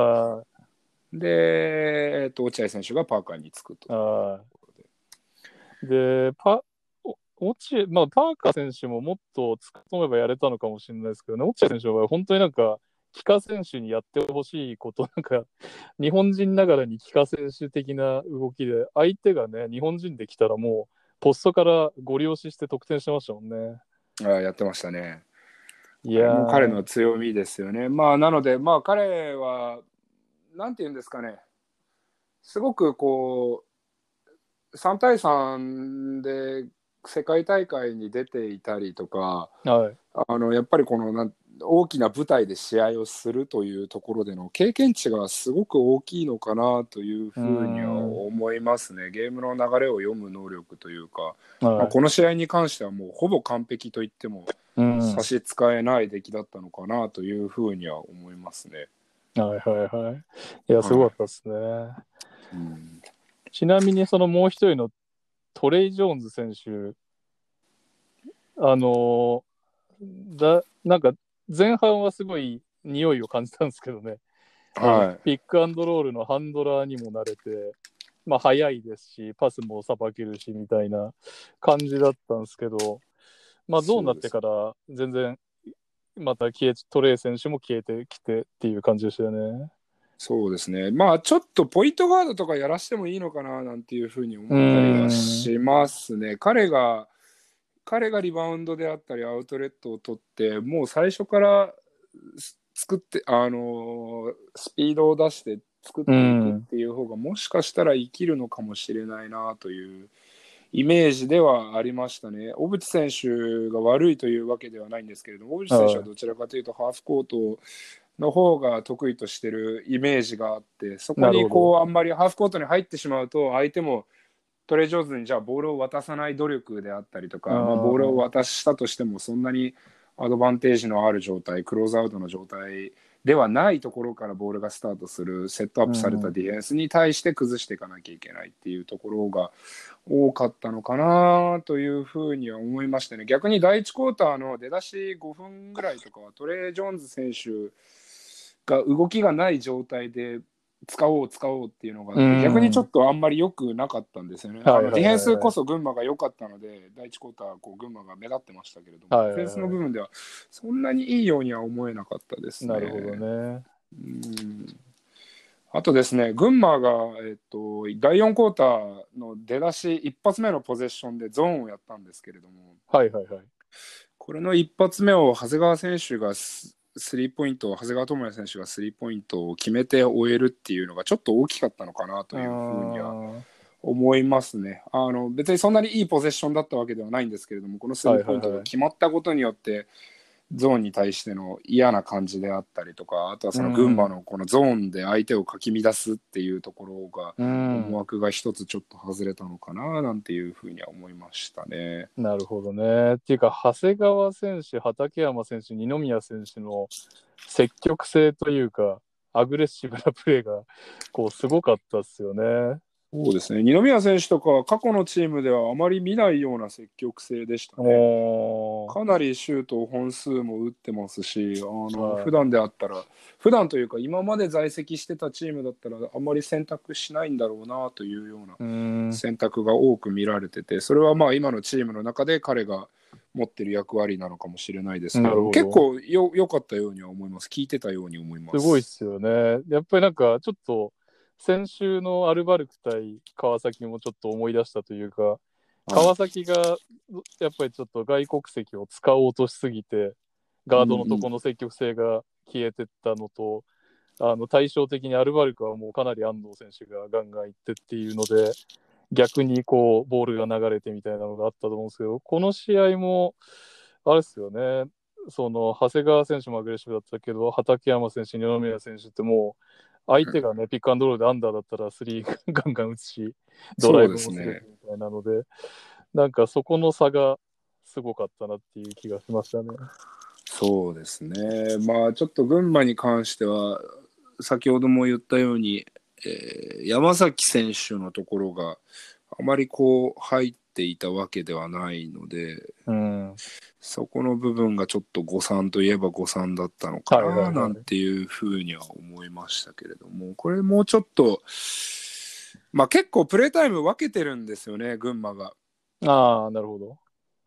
S2: で、えっと、落合選手がパーカーにつくと。
S1: で、パ落合、まあ、パーカー選手ももっと突っ込めばやれたのかもしれないですけどね、落合選手の場合は本当になんか、帰化選手にやってほしいこと、なんか、日本人ながらに帰化選手的な動きで、相手がね、日本人で来たらもう、ポストからご利用しして得点してましたもんね。
S2: ああ、やってましたね。
S1: いや
S2: もう彼の強みですよね。まあ、なので、まあ、彼は、なんていうんですかね、すごくこう、さん対さんで世界大会に出ていたりとか、
S1: はい、
S2: あのやっぱりこのなん大きな舞台で試合をするというところでの経験値がすごく大きいのかなというふうには思いますね。ゲームの流れを読む能力というか、はい、まあ、この試合に関してはもうほぼ完璧と言っても差し支えない出来だったのかなというふうには思いますね。
S1: はいはいはい。いや、すごかったですね。はい、うん、ちなみにそのもう一人のトレイ・ジョーンズ選手、あのー、だなんか前半はすごい匂いを感じたんですけどね、はい、ピックアンドロールのハンドラーにも慣れて、まあ、速いですしパスもさばけるしみたいな感じだったんですけど、まあ、ゾーンになってから全然また消えトレイ選手も消えてきてっていう感じでしたよね。
S2: そうですね。まあちょっとポイントガードとかやらしてもいいのかななんていうふうに思ったりはしますね。彼が彼がリバウンドであったりアウトレットを取ってもう最初から作ってあのスピードを出して作っていくっていう方がもしかしたら生きるのかもしれないなというイメージではありましたね。小渕選手が悪いというわけではないんですけれども、小渕選手はどちらかというとハーフコートの方が得意としてるイメージがあって、そこにこうあんまりハーフコートに入ってしまうと相手もトレイ・ジョーンズにじゃあボールを渡さない努力であったりとか、まあ、ボールを渡したとしてもそんなにアドバンテージのある状態、クローズアウトの状態ではないところからボールがスタートするセットアップされたディフェンスに対して崩していかなきゃいけないっていうところが多かったのかなというふうには思いましたね。逆にだいいちクォーターの出だしごふんぐらいとかはトレイ・ジョーンズ選手が動きがない状態で使おう使おうっていうのがあって、うん、逆にちょっとあんまり良くなかったんですよね。あのディフェンスこそ群馬が良かったのでだいいちクォーターこう群馬が目立ってましたけれども、はいはいはい、ディフェンスの部分ではそんなにいいようには思えなかったですね。
S1: なるほどね。
S2: うん、あとですね、群馬が、えっと、だいよんクォーターの出だし一発目のポゼッションでゾーンをやったんですけれども、
S1: はいはいはい、
S2: これの一発目を長谷川選手がスリーポイント長谷川智也選手がスリーポイントを決めて終えるっていうのがちょっと大きかったのかなというふうには思いますね。あの別にそんなにいいポゼッションだったわけではないんですけれども、このスリーポイントが決まったことによって、はいはいはい、 ゾーンに対しての嫌な感じであったりとか、あとはその群馬のこのゾーンで相手をかき乱すっていうところが、思惑が一つちょっと外れたのかななんていうふうには思いましたね。
S1: なるほどね。っていうか、長谷川選手、畠山選手、二宮選手の積極性というか、アグレッシブなプレーがこうすごかったですよね。
S2: そうですね。二宮選手とかは過去のチームではあまり見ないような積極性でしたね。かなりシュート本数も打ってますし、あの普段であったら、普段というか今まで在籍してたチームだったらあまり選択しないんだろうなというような選択が多く見られてて、それはまあ今のチームの中で彼が持ってる役割なのかもしれないですけど、ど結構よ良かったようには思います。聞いてたように思います。
S1: すごいっすよね。やっぱりなんかちょっと先週のアルバルク対川崎もちょっと思い出したというか、川崎がやっぱりちょっと外国籍を使おうとしすぎてガードのとこの積極性が消えてったのと、うんうん、あの対照的にアルバルクはもうかなり安藤選手がガンガンいってっていうので、逆にこうボールが流れてみたいなのがあったと思うんですけど、この試合もあれですよね、その長谷川選手もアグレッシブだったけど、畠山選手、二宮選手ってもう相手がね、ピックアンドロールでアンダーだったらスリーガンガン打つし、ドライブもするみたいなので、でね、なんかそこの差がすごかったなっていう気がしましたね。
S2: そうですね。まあちょっと群馬に関しては、先ほども言ったように、えー、山崎選手のところがあまりこう入っていたわけではないので、
S1: うん、
S2: そこの部分がちょっと誤算といえば誤算だったのかななんていうふうには思いましたけれども、これもうちょっと、まあ結構プレータイム分けてるんですよね、群馬が。
S1: ああ、なるほど。
S2: うん、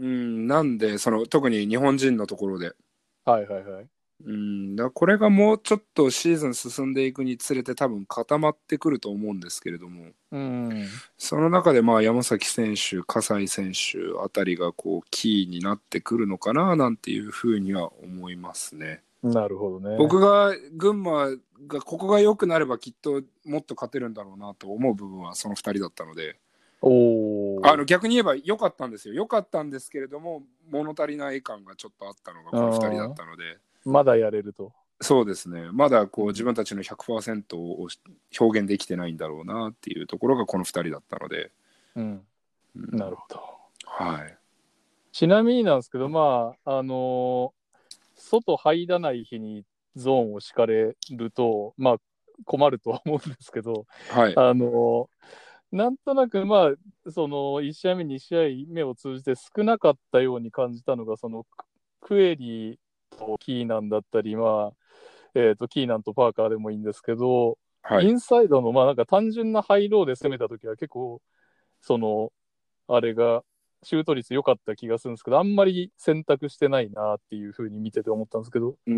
S2: なんでその特に日本人のところで。
S1: はいはいはい。
S2: うん、だこれがもうちょっとシーズン進んでいくにつれて多分固まってくると思うんですけれども、
S1: うん、
S2: その中でまあ山崎選手、葛西選手あたりがこうキーになってくるのかななんていうふうには思いますね。
S1: なるほどね。
S2: 僕が群馬がここが良くなればきっともっと勝てるんだろうなと思う部分はそのふたりだったので、
S1: お
S2: あの逆に言えば良かったんですよ。良かったんですけれども物足りない感がちょっとあったのがこのふたりだったので。
S1: まだやれると。
S2: そうですね。まだこう自分たちの ひゃくパーセント を表現できてないんだろうなっていうところがこのふたりだったので。
S1: うん。うん、なるほど。
S2: はい。
S1: ちなみになんですけど、まあ、あのー、外入らない日にゾーンを敷かれると、まあ、困るとは思うんですけど、
S2: はい。
S1: あのー、なんとなく、まあ、そのいち試合目、に試合目を通じて少なかったように感じたのが、そのクエリとキーナンだったり、まあ、えーと、キーナンとパーカーでもいいんですけど、はい、インサイドの、まあ、なんか単純なハイローで攻めたときは結構、その、あれが、シュート率良かった気がするんですけど、あんまり選択してないなっていうふうに見てて思ったんですけど。
S2: うん、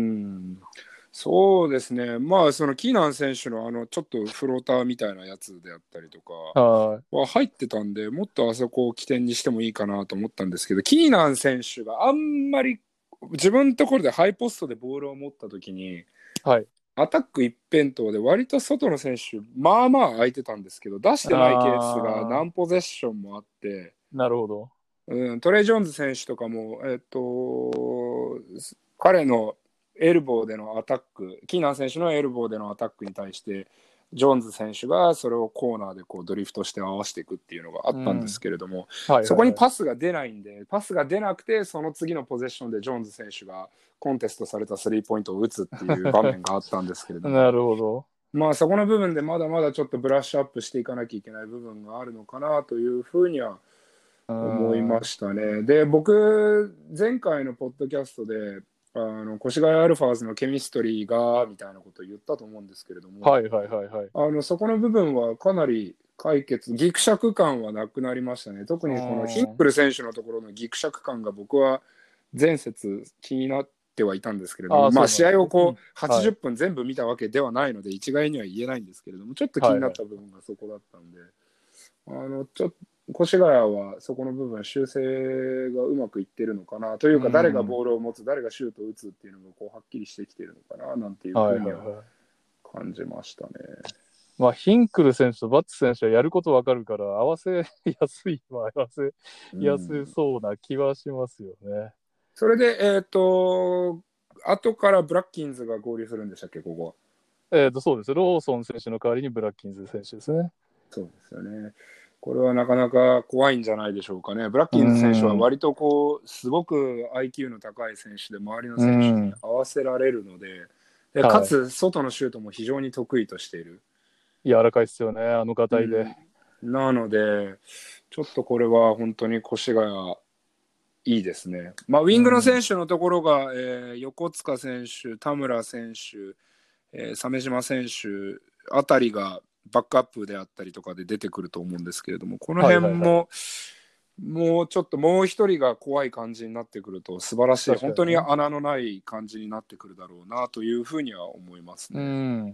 S2: そうですね。まあ、そのキーナン選手のあの、ちょっとフローターみたいなやつであったりとかは入ってたんで、もっとあそこを起点にしてもいいかなと思ったんですけど、キーナン選手があんまり自分のところでハイポストでボールを持ったときに、はい、アタック一辺倒で割と外の選手まあまあ空いてたんですけど、出してないケースが何ポゼッションもあって、
S1: なるほど、
S2: うん、トレイ・ジョーンズ選手とかも、えっと、彼のエルボーでのアタック、キーナン選手のエルボーでのアタックに対してジョーンズ選手がそれをコーナーでこうドリフトして合わせていくっていうのがあったんですけれども、うんはいはいはい、そこにパスが出ないんで、パスが出なくてその次のポゼッションでジョーンズ選手がコンテストされたスリーポイントを打つっていう場面があったんですけれども
S1: なるほど、
S2: まあそこの部分でまだまだちょっとブラッシュアップしていかなきゃいけない部分があるのかなというふうには思いましたね。で、僕前回のポッドキャストであの越谷アルファーズのケミストリーがみたいなことを言ったと思うんですけれども、
S1: はいはいはいはい、
S2: あのそこの部分はかなり解決、ギクシャク感はなくなりましたね。特にこのヒンクル選手のところのギクシャク感が僕は前節気になってはいたんですけれども、あまあ試合をこうはちじゅっぷん全部見たわけではないので一概には言えないんですけれども、ちょっと気になった部分がそこだったんで、はいはい、あのちょっと越谷はそこの部分修正がうまくいってるのかなというか、うん、誰がボールを持つ誰がシュートを打つっていうのがこうはっきりしてきてるのかななんていうふうには感じましたね。はいはいはい、
S1: まあ、ヒンクル選手とバッツ選手はやることわかるから合わせやすいは合わせやすそうな気はしますよね。
S2: それで、えっ、ー、と、後からブラッキンズが合流するんでしたっけ、ここ
S1: は。えっ、ー、と、そうです。ローソン選手の代わりにブラッキンズ選手ですね。
S2: そうですよね。これはなかなか怖いんじゃないでしょうかね。ブラッキンズ選手は割とこう、すごく アイキュー の高い選手で、周りの選手に合わせられるので、でかつ、外のシュートも非常に得意としている。
S1: 柔らかいですよね、あのがたいで。
S2: うん、なので、ちょっとこれは本当に越谷、いいですね。まあ、ウィングの選手のところが、えー、横塚選手、田村選手、えー、鮫島選手あたりがバックアップであったりとかで出てくると思うんですけれども、この辺も、はいはいはい、もうちょっともう一人が怖い感じになってくると素晴らしい、本当に穴のない感じになってくるだろうなというふうには思いますね。
S1: うん、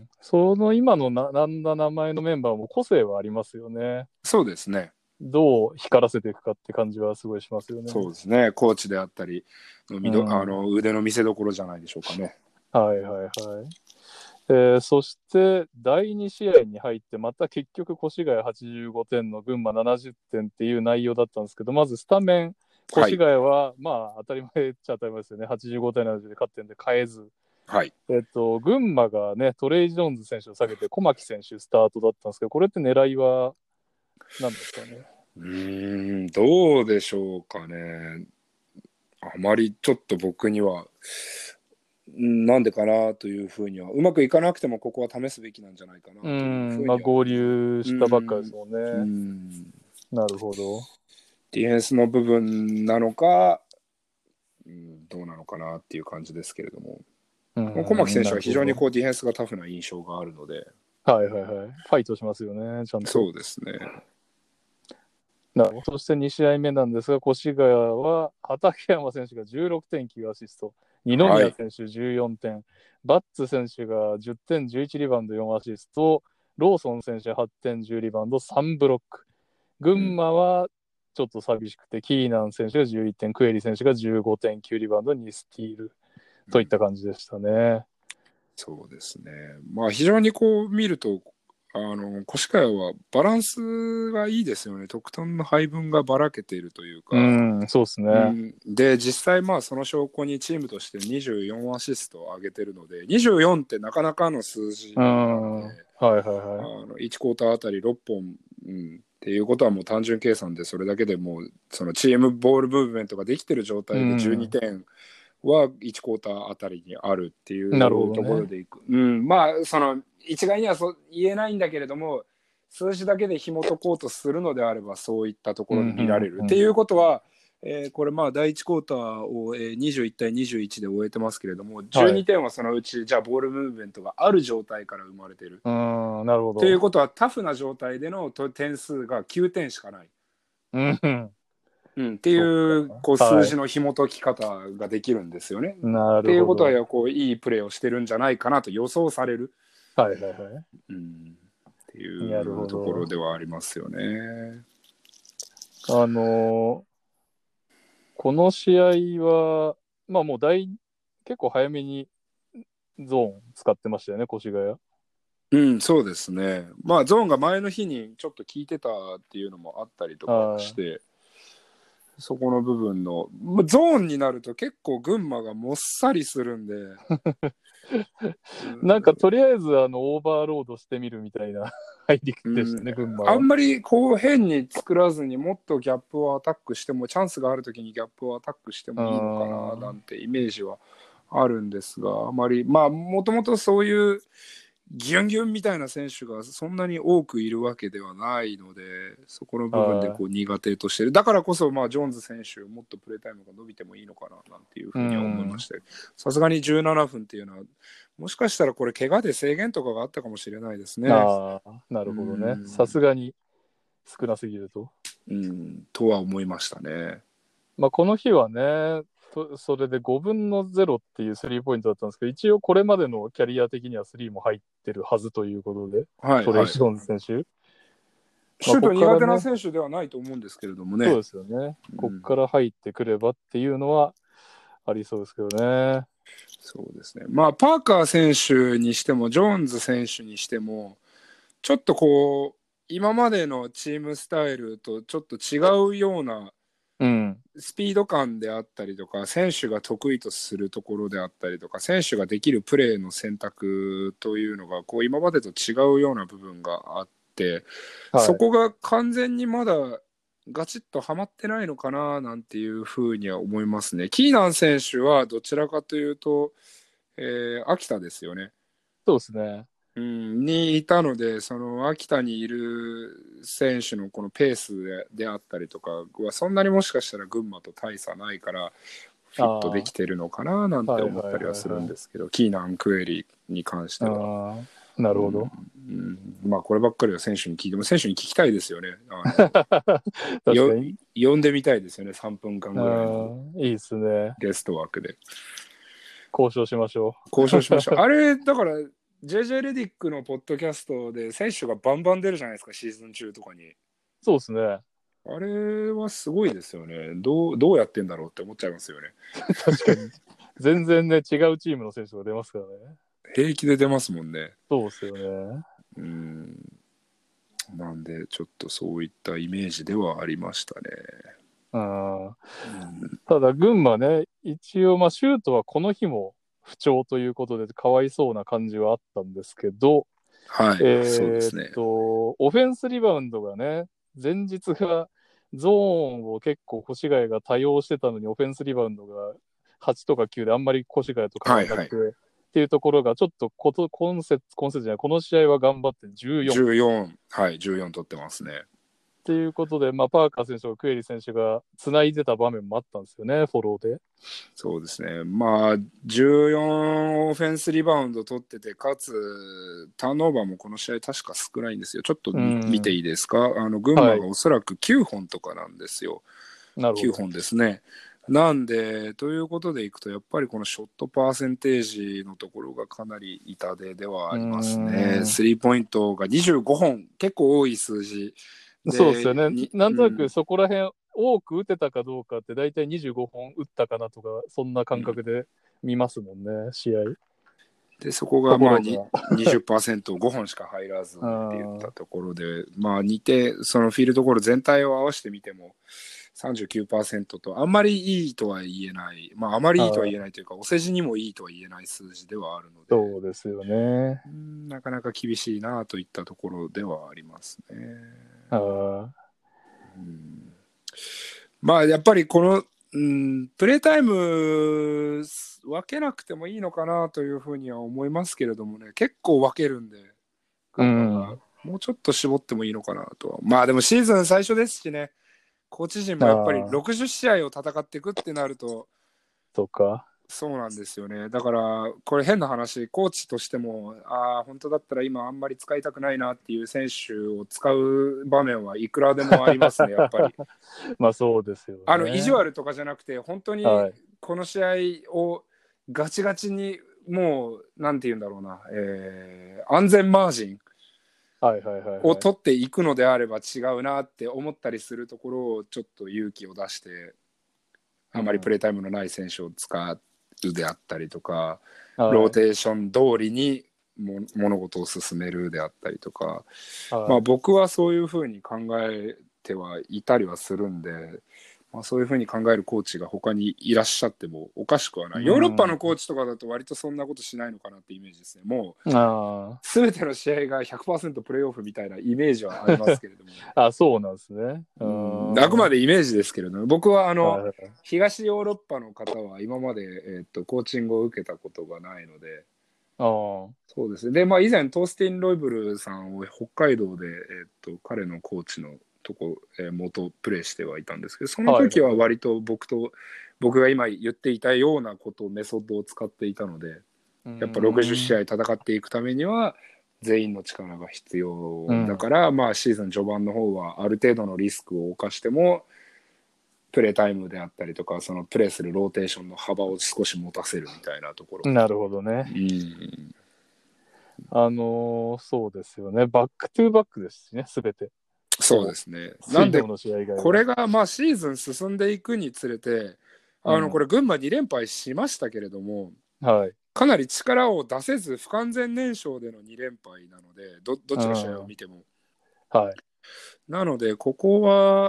S1: その今のななんだ名前のメンバーも個性はありますよね。
S2: そうですね。
S1: どう光らせていくかって感じはすごいしますよね。
S2: そうですね。コーチであったりの、うん、あの腕の見せ所じゃないでしょうかね。
S1: はいはいはい。えー、そしてだいに試合に入ってまた結局越谷はちじゅうごてんの群馬ななじゅってんっていう内容だったんですけど、まずスタメン越谷は、はい、まあ当たり前っちゃ当たり前ですよね。はちじゅうごてんななじゅうで勝ってんで変えず、
S2: はい、
S1: えっと群馬がねトレイ・ジョーンズ選手を下げて小牧選手スタートだったんですけど、これって狙いは何ですかね。
S2: うーん、どうでしょうかね。あまりちょっと僕にはなんでかなというふうには、うまくいかなくてもここは試すべきなんじゃないかなというふうには、
S1: まあ、合流したばっかですもんね。うん、なるほど。
S2: ディフェンスの部分なのか、うん、どうなのかなっていう感じですけれども、うん、小牧選手は非常にこうディフェンスがタフな印象があるので、
S1: はいはいはい、ファイトしますよね、ちゃんと。
S2: そうですね。
S1: なるほど。そしてに試合目なんですが、越谷は畠山選手がじゅうろくてんきゅうアシスト、二宮選手じゅうよんてん、はい、バッツ選手がじゅってんじゅういちリバウンドよんアシスト、ローソン選手はちてんじゅうリバウンドさんブロック。群馬はちょっと寂しくて、うん、キーナン選手がじゅういってん、クエリ選手がじゅうごてんきゅうリバウンドにスティールといった感じでしたね。うん、
S2: そうですね。まあ非常にこう見ると、あの越谷はバランスがいいですよね。得点の配分がばらけているというか、
S1: うん、そうですね。うん、
S2: で実際まあその証拠にチームとしてにじゅうよんアシストを上げてるので、にじゅうよんってなかなかの数字なので、はいはいはい、あのいちクォーターあたりろっぽん、うん、っていうことはもう単純計算でそれだけでもうそのチームボールムーブメントができてる状態でじゅうにてんはいちクォーターあたりにあるっていうところでいく、ね、うん、まあその一概にはそ言えないんだけれども、数字だけで紐解こうとするのであればそういったところで見られる、うんうんうん、っていうことは、えー、これまあだいいちクォーターを、えー、にじゅういちたいにじゅういちで終えてますけれども、じゅうにてんはそのうち、はい、じゃあボールムーブメントがある状態から生まれてる。
S1: うん、なるほど。
S2: ということはタフな状態での点数がきゅうてんしかない。
S1: うん
S2: うん、っていうこう数字の紐解き方ができるんですよね。はい、っていうことはこういいプレーをしてるんじゃないかなと予想される。
S1: はいはいはい。
S2: うん、っていうところではありますよね。
S1: あのー、この試合はまあもう大結構早めにゾーン使ってましたよね、越谷。
S2: うん、そうですね。まあゾーンが前の日にちょっと効いてたっていうのもあったりとかして。そこの部分のゾーンになると結構群馬がもっさりするんで
S1: なんかとりあえずあのオーバーロードしてみるみたいな入りでしたね、群馬は。
S2: あんまりこう変に作らずにもっとギャップをアタックしてもチャンスがある時にギャップをアタックしてもいいのかななんてイメージはあるんですが、あまりまあもともとそういうギュンギュンみたいな選手がそんなに多くいるわけではないので、そこの部分でこう苦手としてる。だからこそまあジョーンズ選手もっとプレータイムが伸びてもいいのかななんていうふうには思いました。さすがにじゅうななふんっていうのはもしかしたらこれ怪我で制限とかがあったかもしれないですね。
S1: ああ、なるほどね。さすがに少なすぎると。
S2: うん、とは思いましたね。
S1: まあこの日はね、それでごぶんのゼロっていうスリーポイントだったんですけど、一応これまでのキャリア的にはスリーも入ってるはずということで、はいはい、トレイ・ジョーンズ選手。
S2: シュート苦手な選手ではないと思うんですけれどもね。
S1: そうですよね。ここから入ってくればっていうのはありそうですけどね。
S2: そうですね。まあパーカー選手にしてもジョーンズ選手にしてもちょっとこう今までのチームスタイルとちょっと違うような
S1: うん。
S2: スピード感であったりとか、選手が得意とするところであったりとか、選手ができるプレーの選択というのがこう今までと違うような部分があって、そ
S1: はい。
S2: こが完全にまだガチッとはまってないのかななんていうふうには思いますね。キーナン選手はどちらかというと、えー秋田ですよね。
S1: そうですね。
S2: うん、にいたので、その秋田にいる選手のこのペースで、であったりとかはそんなにもしかしたら群馬と大差ないからフ
S1: あ
S2: ィットで
S1: あ。
S2: きてるのかななんて
S1: はい
S2: 思ったりはする
S1: はいはいはい。
S2: んですけど、キーナン・クエリに関しては、
S1: ああ、な
S2: うん、
S1: るほど。
S2: うん、まあこればっかりは選手に聞いても選手に聞きたいですよね。あのよ
S1: 確かに。
S2: 呼んでみたいですよね、さんぷんかんぐらいの
S1: うん、いいですね。
S2: ゲスト枠で
S1: 交渉しましょ
S2: 交渉しましょう。あれだから ジェイジェー レディックのポッドキャストで選手がバンバン出るじゃないですか、シーズン中とかに。
S1: う。そうですね。
S2: あれはすごいですよね。どう、どうやってんだろうって思っちゃいますよね。
S1: 確かに。全然ね、違うチームの選手が出ますからね。
S2: 平気で出ますもんね。
S1: そうですよね。
S2: うん。なんで、ちょっとそういったイメージではありましたね。
S1: うん、
S2: うん、
S1: ただ、群馬ね、一応、まあ、シュートはこの日も不調ということで、かわいそうな感じはあったんですけど、
S2: はい、そうで
S1: えーっ
S2: すね。
S1: と、オフェンスリバウンドがね、前日がゾーンを結構越谷が多用してたのに、オフェンスリバウンドがはちとかきゅうであんまり越谷と変わらなくて、
S2: はいはい。
S1: っていうところが、ちょっとこと今節、今節じゃない、この試合は頑張ってじゅうよん。
S2: じゅうよん、はい、じゅうよん取ってますね。
S1: っていうことで、まあ、パーカー選手とクエリ選手がつないでた場面もあったんですよね、フォローで。
S2: そうですね。まあ、じゅうよんオフェンスリバウンド取ってて、かつ、ターンオーバーもこの試合確か少ないんですよ。ちょっと
S1: う
S2: 見見て
S1: ん。
S2: いいですか？あの、群馬
S1: はい。
S2: がおそらくきゅうほんとかなんですよ。きゅう
S1: なるほど。
S2: ほんですね。なんで、ということでいくと、やっぱりこのショットパーセンテージのところがかなり痛手では
S1: う
S2: ありますね。
S1: ん。
S2: スリーポイントがにじゅうごほん、結構多い数字で、
S1: そうですよね。
S2: に
S1: なんとなく
S2: うん、
S1: そこら辺、多く打てたかどうかって、大体にじゅうごほん打ったかなとか、そんな感
S2: うん、
S1: 覚で見ますもんね、試合。
S2: で、そこがまあに
S1: ところが。
S2: にじゅっパーセント、ごほんしか入らずっ
S1: う
S2: て言った
S1: ん。
S2: ところで、まあ似て、そのフィールドゴール全体を合わせてみても、さんじゅうきゅうパーセントとあんまりいいとは言えない、まああまりいいとは言えないというか、お世辞にもいいとは言えない数字ではあるので、
S1: そうですよね。
S2: うん、なかなか厳しいなといったところではありますね。
S1: あ
S2: うん、まあやっぱりこの、うん、プレータイム分けなくてもいいのかなというふうには思いますけれどもね、結構分けるんで、
S1: う
S2: 群馬が
S1: ん。
S2: もうちょっと絞ってもいいのかなとは。まあでもシーズン最初ですしね、コーチ陣もやっぱり
S1: ああ、
S2: ろくじゅう試合を戦っていくってなると、
S1: とか。
S2: そうなんですよね。だからこれ変な話、コーチとしても、ああ本当だったら今あんまり使いたくないなっていう選手を使う場面はいくらでもありますね、やっぱり。
S1: まあそうですよ
S2: あの意地
S1: ね。
S2: 悪とかじゃなくて、本当に
S1: はい。
S2: この試合をガチガチにもうなんて言うんだろうな、えー安全マージン
S1: はいはいはいはい。
S2: を取っていくのであれば違うなって思ったりするところをちょっと勇気を出してあまりプレータイムのない選手を使うであったりとか、ロー
S1: はい。
S2: テーション通りにも物事を進めるであったりとか、まあ、
S1: はい。
S2: 僕はそういうふうに考えてはいたりはするんで、まあ、そういうふうに考えるコーチが他にいらっしゃってもおかしくはない。ヨーロッパのコーチとかだと割とそんなことしないのかなってイメージですね。もう
S1: あ
S2: 全ての試合が ひゃくパーセント プレーオフみたいなイメージはありますけれども、
S1: あ。あ、そうなんですね。う
S2: うん、あく
S1: ん。は
S2: までイメージですけれども、僕はあの
S1: いはい。
S2: 東ヨーロッパの方は今まで、えー、とコーチングを受けたことがないので、
S1: ああ。
S2: そうですね。で、まあ以前トースティン・ロイブルさんを北海道で、えー、と彼のコーチのとこ、えー、元プレーしてはいたんですけど、その
S1: はいはい
S2: 時は
S1: はい。
S2: 割と僕と僕が今言っていたようなことメソッドを使っていたので、
S1: うー
S2: やっぱろくじゅう試
S1: ん。
S2: 合戦っていくためには全員の力が必
S1: うん。
S2: 要だから、まあシーズン序盤の方はある程度のリスクを冒してもプレータイムであったりとか、そのプレーするローテーションの幅を少し持たせるみたいなところ。
S1: なるほど
S2: う
S1: ね。
S2: ん、
S1: あのーそうですよね。バックトゥーバックですしね、すべて。ほぼ。
S2: そうですね。なんで
S1: 水曜の試合以外は。
S2: これがまあシーズン進んでいくにつれて、あのこ
S1: うん。
S2: れ群馬に連敗しましたけれども、
S1: はい。
S2: かなり力を出せず不完全燃焼でのに連敗なので、どどっ
S1: う
S2: ちの試合を
S1: ん。
S2: 見ても。
S1: はい。
S2: なのでここは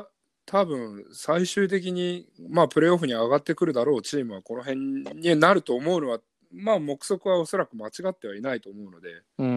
S2: 多分最終的に、まあ、プレーオフに上がってくるだろうチームはこの辺になると思うのは、まあ、目測はおそらく間違ってはいないと思うので、
S1: うん。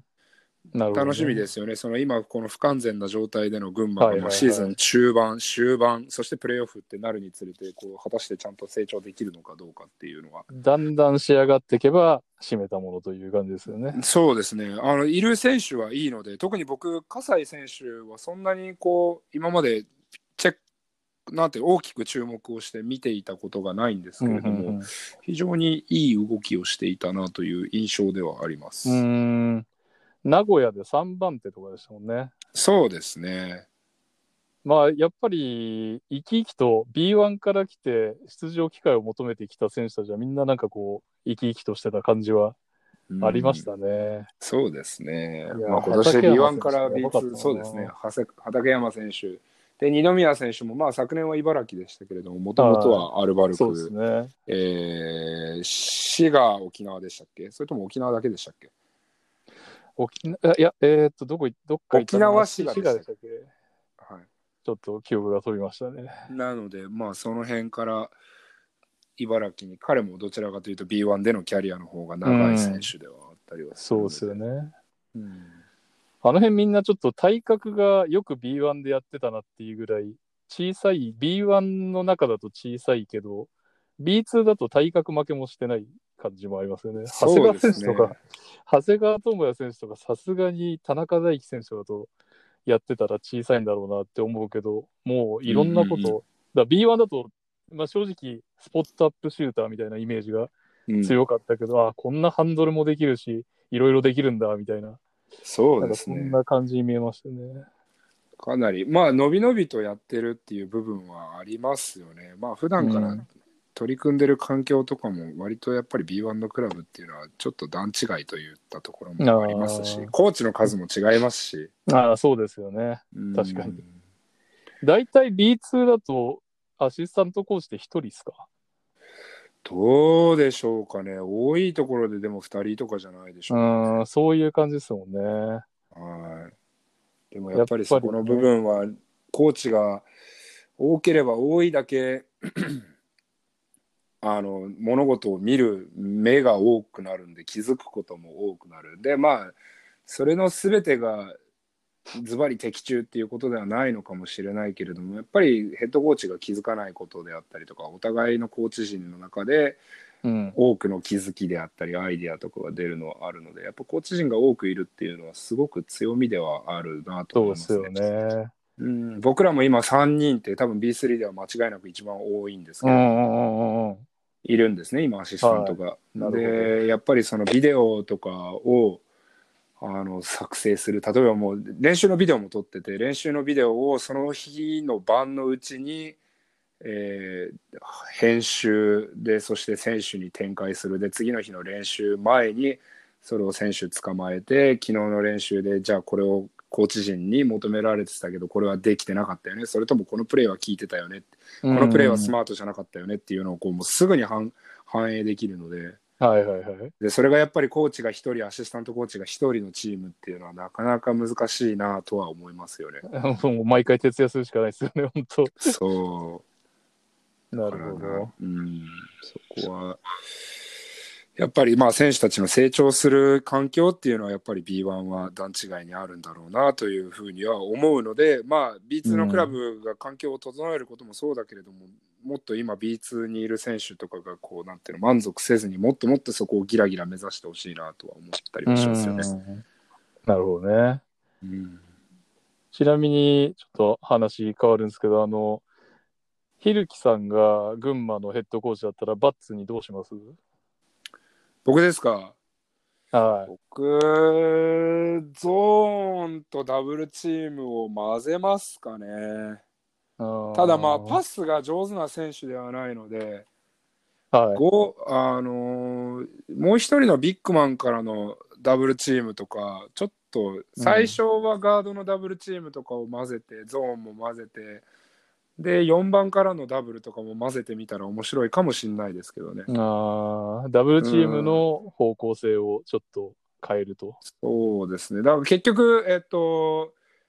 S1: なるほどね。
S2: 楽しみですよね。その今この不完全な状態での群馬が
S1: はいはいはい
S2: もうシーズン中盤、終盤、そしてプレーオフってなるにつれてこう果たしてちゃんと成長できるのかどうかっていうのは、
S1: だんだん仕上がっていけば締めたものという感じですよね。
S2: そうですね。あのいる選手はいいので、特に僕葛西選手はそんなにこう今までチェックなんて大きく注目をして見ていたことがないんですけれども、
S1: うんうんうん、
S2: 非常にいい動きをしていたなという印象ではありま
S1: う
S2: す。
S1: ーん。名古屋でさんばん手とかでしたもんね。
S2: そうですね。
S1: まあ、やっぱり、生き生きと ビーワン から来て出場機会を求めてきた選手たちはみんななんかこう、生き生きとしてた感じは
S2: うん
S1: ありましたね。
S2: そうですね。
S1: いや、
S2: まあ、今年
S1: 畠山
S2: ビーワン
S1: 選手
S2: から
S1: やばかった
S2: ビーツー、
S1: な。
S2: そうですね。畠山選手。で、二宮選手も、まあ、昨年は茨城でしたけれども、もともとはアルバル
S1: そうです
S2: ク、
S1: ね。
S2: えー、滋賀、沖縄でしたっけ？それとも沖縄だけでしたっけ？
S1: 沖縄、いや、えー、っと、どこ、どっか行ったな。
S2: 沖縄滋賀でしたっけ？
S1: でしたっけ？
S2: はい。
S1: ちょっと記憶が飛びましたね。
S2: なので、まあ、その辺から茨城に、彼もどちらかというと ビーワン でのキャリアの方が長い選手ではあったりはするので、
S1: そうですよね。
S2: うん、
S1: あの辺みんなちょっと体格がよく ビーワン でやってたなっていうぐらい、小さい、ビーワン の中だと小さいけど、ビーツー だと体格負けもしてない感じもありますよね。長谷
S2: そう
S1: 川
S2: ですね。
S1: 選手とか、長谷川智也選手とか、さすがに田中大輝選手だとやってたら小さいんだろうなって思うけど、もういろんなこと、
S2: うんうん
S1: だ ビーワン だと、まあ、正直、スポットアップシューターみたいなイメージが
S2: うんうん、
S1: 強かったけど、あこんなハンドルもできるし、いろいろできるんだみたいな、
S2: そう
S1: なんかそん
S2: ですね。
S1: な感じに見えましたね。
S2: かなり、まあ、のびのびとやってるっていう部分はありますよね。まあ、普段から
S1: うん
S2: 取り組んでる環境とかも、割とやっぱり ビーワン のクラブっていうのは、ちょっと段違いといったところもありますし、
S1: あ
S2: コーチの数も違いますし。
S1: あ、そうですよね。
S2: うん
S1: 確かに。大体 ビーツー だと、アシスタントコーチでひとりですか？
S2: どうでしょうかね。多いところででもふたりとかじゃないでしょうかね。
S1: うん、そういう感じですもんね。
S2: はい。でもやっ
S1: やっ
S2: ぱり
S1: ぱりね、
S2: そこの部分は、コーチが多ければ多いだけあの物事を見る目が多くなるんで、気づくことも多くなる。で、まあそれの全てがズバリ的中っていうことではないのかもしれないけれども、やっぱりヘッドコーチが気づかないことであったりとか、お互いのコーチ陣の中で
S1: うん、
S2: 多くの気づきであったりアイデアとかが出るのはあるので、やっぱコーチ陣が多くいるっていうのはすごく強みではあるなと
S1: そう
S2: 思いますね。
S1: ですよね。
S2: うん、僕らも今さんにんって多分 ビースリー では間違いなく一番多いんです
S1: うんう
S2: けれども、
S1: んうんうん。
S2: いるんですね今アシスタントが。
S1: はい。なるほど。
S2: でやっぱりそのビデオとかをあの作成する、例えばもう練習のビデオも撮ってて、練習のビデオをその日の晩のうちに、えー編集で、そして選手に展開する。で次の日の練習前にそれを選手捕まえて、昨日の練習でじゃあこれをコーチ陣に求められてたけどこれはできてなかったよね、それともこのプレーは効いてたよね、
S1: う
S2: このプレーはス
S1: ん。
S2: マートじゃなかったよねっていうのをこうもうすぐに反反映できるので。
S1: はいはいはい。
S2: でそれがやっぱりコーチがひとり、アシスタントコーチがひとりのチームっていうのはなかなか難しいなとは思いますよね。
S1: もう毎回徹夜するしかないですよね、本当。
S2: そう
S1: なる
S2: だからな、
S1: ほど。
S2: うん、そこはやっぱりまあ選手たちの成長する環境っていうのはやっぱり ビーワン は段違いにあるんだろうなというふうには思うので、まあ ビーツー のクラブが環境を整えることもそうだけれども、もっと今 ビーツー にいる選手とかがこうなんていうの満足せずに、もっともっとそこをギラギラ目指してほしいなとは思ったり
S1: う
S2: はしますよね。
S1: ん。なるほどね。
S2: うん、
S1: ちなみに、ちょっと話変わるんですけど、あの、ひるきさんが群馬のヘッドコーチだったら、バッツにどうします？
S2: 僕ですか？
S1: はい。
S2: 僕ゾーンとダブルチームを混ぜますかね。
S1: あ
S2: ただまあパ
S1: ー
S2: スが上手な選手ではないので、
S1: はい。
S2: ごあのーもう一人のビッグマンからのダブルチームとか、ちょっと最初はガードのダブルチームとかを混ぜて、ゾーンも混ぜて、でよんばんからのダブルとかも混ぜてみたら面白いかもしれないですけどね。
S1: あーダブルチーム
S2: うん
S1: の方向性をちょっと変えると。
S2: そうですね。だから結局えっと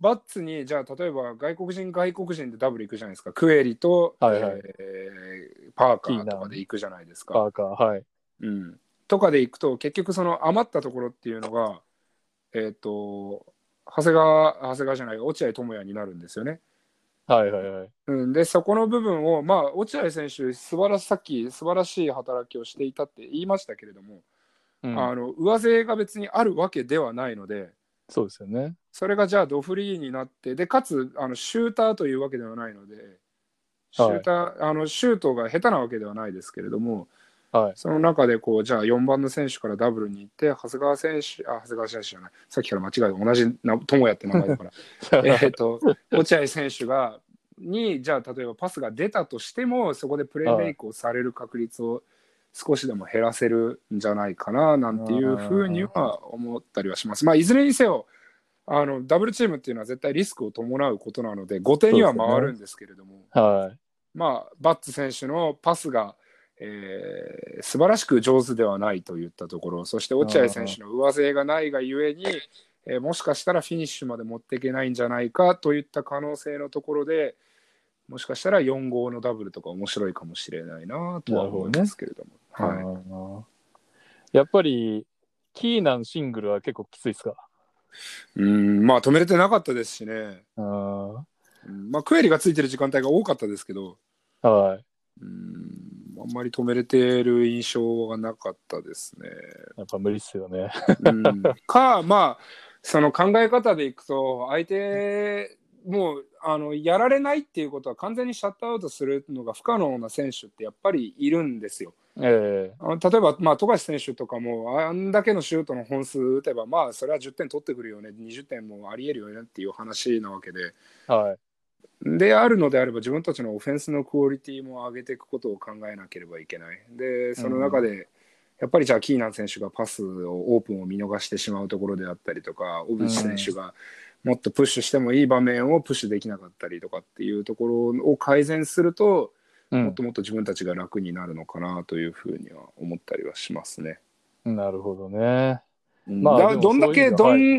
S2: バッツにじゃあ例えば外国人外国人でダブル行くじゃないですか。クエリと、
S1: はいはい
S2: えーパーカーとかで行くじゃないですか。
S1: パーカー、はい。
S2: うん、とかで行くと結局その余ったところっていうのが、えっ、と長谷川長谷川じゃない落合智也になるんですよね。
S1: はいはいはい。
S2: うん、でそこの部分を、まあ、落合選手素晴らしさっき素晴らしい働きをしていたって言いましたけれども、
S1: うん、
S2: あの上背が別にあるわけではないので、
S1: そうですよね。
S2: それがじゃあドフリーになってでかつあのシューターというわけではないので、シュー
S1: はい。
S2: ターあのシュートが下手なわけではないですけれども、
S1: はい。
S2: その中でこうじゃあよんばんの選手からダブルに行って長谷川選手あ長谷川選手じゃないさっきから間違えて同じな友也って名前だからえっと落合選手がにじゃあ例えばパスが出たとしてもそこでプレーメイクをされる確率を少しでも減らせるんじゃないかななんていうふうには思ったりはします。まあいずれにせよあのダブルチームっていうのは絶対リスクを伴うことなので後手には回るんですけれども、
S1: はい。
S2: まあバッツ選手のパスがえー素晴らしく上手ではないといったところ、そして落合選手の上背がないがゆえに、えーもしかしたらフィニッシュまで持っていけないんじゃないかといった可能性のところで、もしかしたらよん号のダブルとか面白いかもしれないなとは思いますけれども。
S1: はい、やっぱりキーナンシングルは結構きついですか？
S2: うん、まあ止めれてなかったですしね。
S1: あ、
S2: うん、まあクエリがついてる時間帯が多かったですけど、
S1: はい。
S2: うん、あんまり止めれてる印象がなかったですね。
S1: やっぱ無理っすよね。
S2: うん、かまあその考え方でいくと相手もうあのやられないっていうことは完全にシャットアウトするのが不可能な選手ってやっぱりいるんですよ。
S1: ええ
S2: あ例えば、まあ、富樫選手とかもあんだけのシュートの本数打てばまあそれはじゅってん取ってくるよねにじゅってんもありえるよねっていう話なわけで。
S1: はい。
S2: であるのであれば自分たちのオフェンスのクオリティも上げていくことを考えなければいけない。でその中で、うんやっぱりじゃあキーナン選手がパスをオープンを見逃してしまうところであったりとか小渕選手がもっとプッシュしてもいい場面をプッシュできなかったりとかっていうところを改善すると、うん、もっともっと自分たちが楽になるのかなというふうには思ったりはしますね。
S1: なるほどね。
S2: うん、まあどんだけどん、はいうん、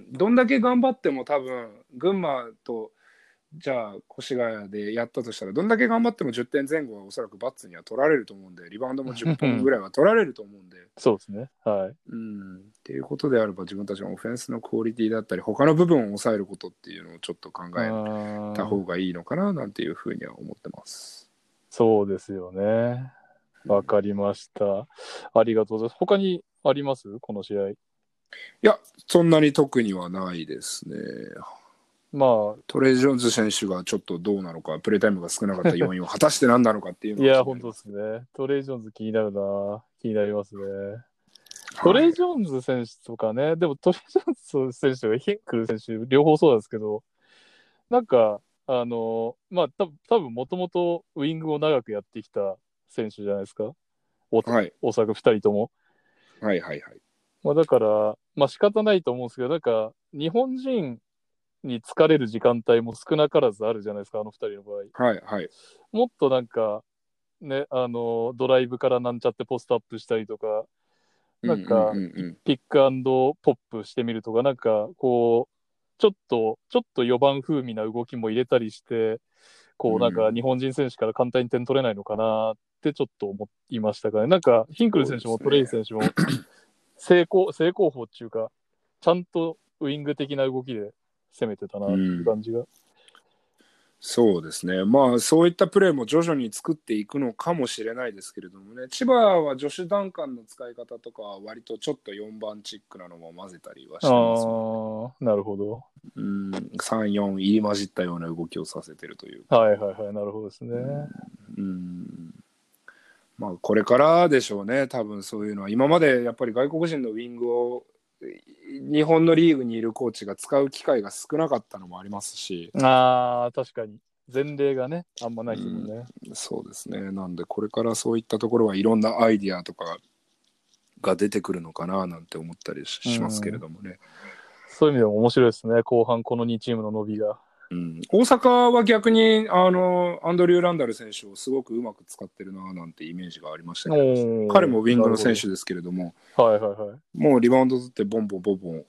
S2: どんだけ頑張っても多分群馬とじゃあ越谷でやったとしたらどんだけ頑張ってもじゅってんぜん後はおそらくバッツには取られると思うんでリバウンドもじゅっぽんぐらいは取られると思うんで
S1: そうですねはい、
S2: うん、っていうことであれば自分たちのオフェンスのクオリティだったり他の部分を抑えることっていうのをちょっと考えた方がいいのかななんていうふうには思ってます。
S1: そうですよね。わかりました、うん、ありがとうございます。他にありますこの試合？い
S2: やそんなに特にはないですね。まあ、トレイ・ジョーンズ選手がちょっとどうなのか、プレータイムが少なかった要因を果たして何なのかっていうのは、
S1: いや、本当ですね。トレイ・ジョーンズ気になるな。気になりますね。トレイ・ジョーンズ選手とかね、はい、でもトレイ・ジョーンズ選手とかヒンクル選手、両方そうなんですけど、なんか、あの、まあ、た多分もともとウイングを長くやってきた選手じゃないですか。お、はい、おそらくふたりとも。
S2: はいはいはい。
S1: まあ、だから、まあ仕方ないと思うんですけど、なんか、日本人に疲れる時間帯も少なからずあるじゃないですか、あのふたりの場合。
S2: はいはい。
S1: もっとなんか、ね、あの、ドライブからなんちゃってポストアップしたりとか、なんか、ピックアンドポップしてみるとか、なんか、こう、ちょっと、ちょっとよばん風味な動きも入れたりして、こう、なんか、日本人選手から簡単に点取れないのかなってちょっと思いましたから、ね、なんか、ヒンクル選手もトレイ選手も、正攻、正攻法っていうか、ちゃんとウイング的な動きで攻めてたなっていう感じが。うん
S2: そうですね、まあそういったプレーも徐々に作っていくのかもしれないですけれどもね、千葉はジョシュ・ダンカンの使い方とかは割とちょっとよんばんチックなのも混ぜたりはしてます
S1: ので、あなるほど。
S2: うん、さん、よん入り混じったような動きをさせてるという
S1: か。はいはいはい、なるほどですね。
S2: うん、うんまあこれからでしょうね、多分そういうのは。今までやっぱり外国人のウィングを日本のリーグにいるコーチが使う機会が少なかったのもありますし、
S1: ああ確かに前例がねあんまないですもんね、
S2: うん、そうですね。なんでこれからそういったところはいろんなアイディアとかが出てくるのかななんて思ったりしますけれどもね、うん、
S1: そういう意味でも面白いですね、後半このにチームの伸びが。
S2: うん、大阪は逆にあのアンドリュー・ランダル選手をすごくうまく使ってるななんてイメージがありましたけど、彼もウィングの選手ですけれども、
S1: はいはいはい、
S2: もうリバウンド取ってボンボンボンボン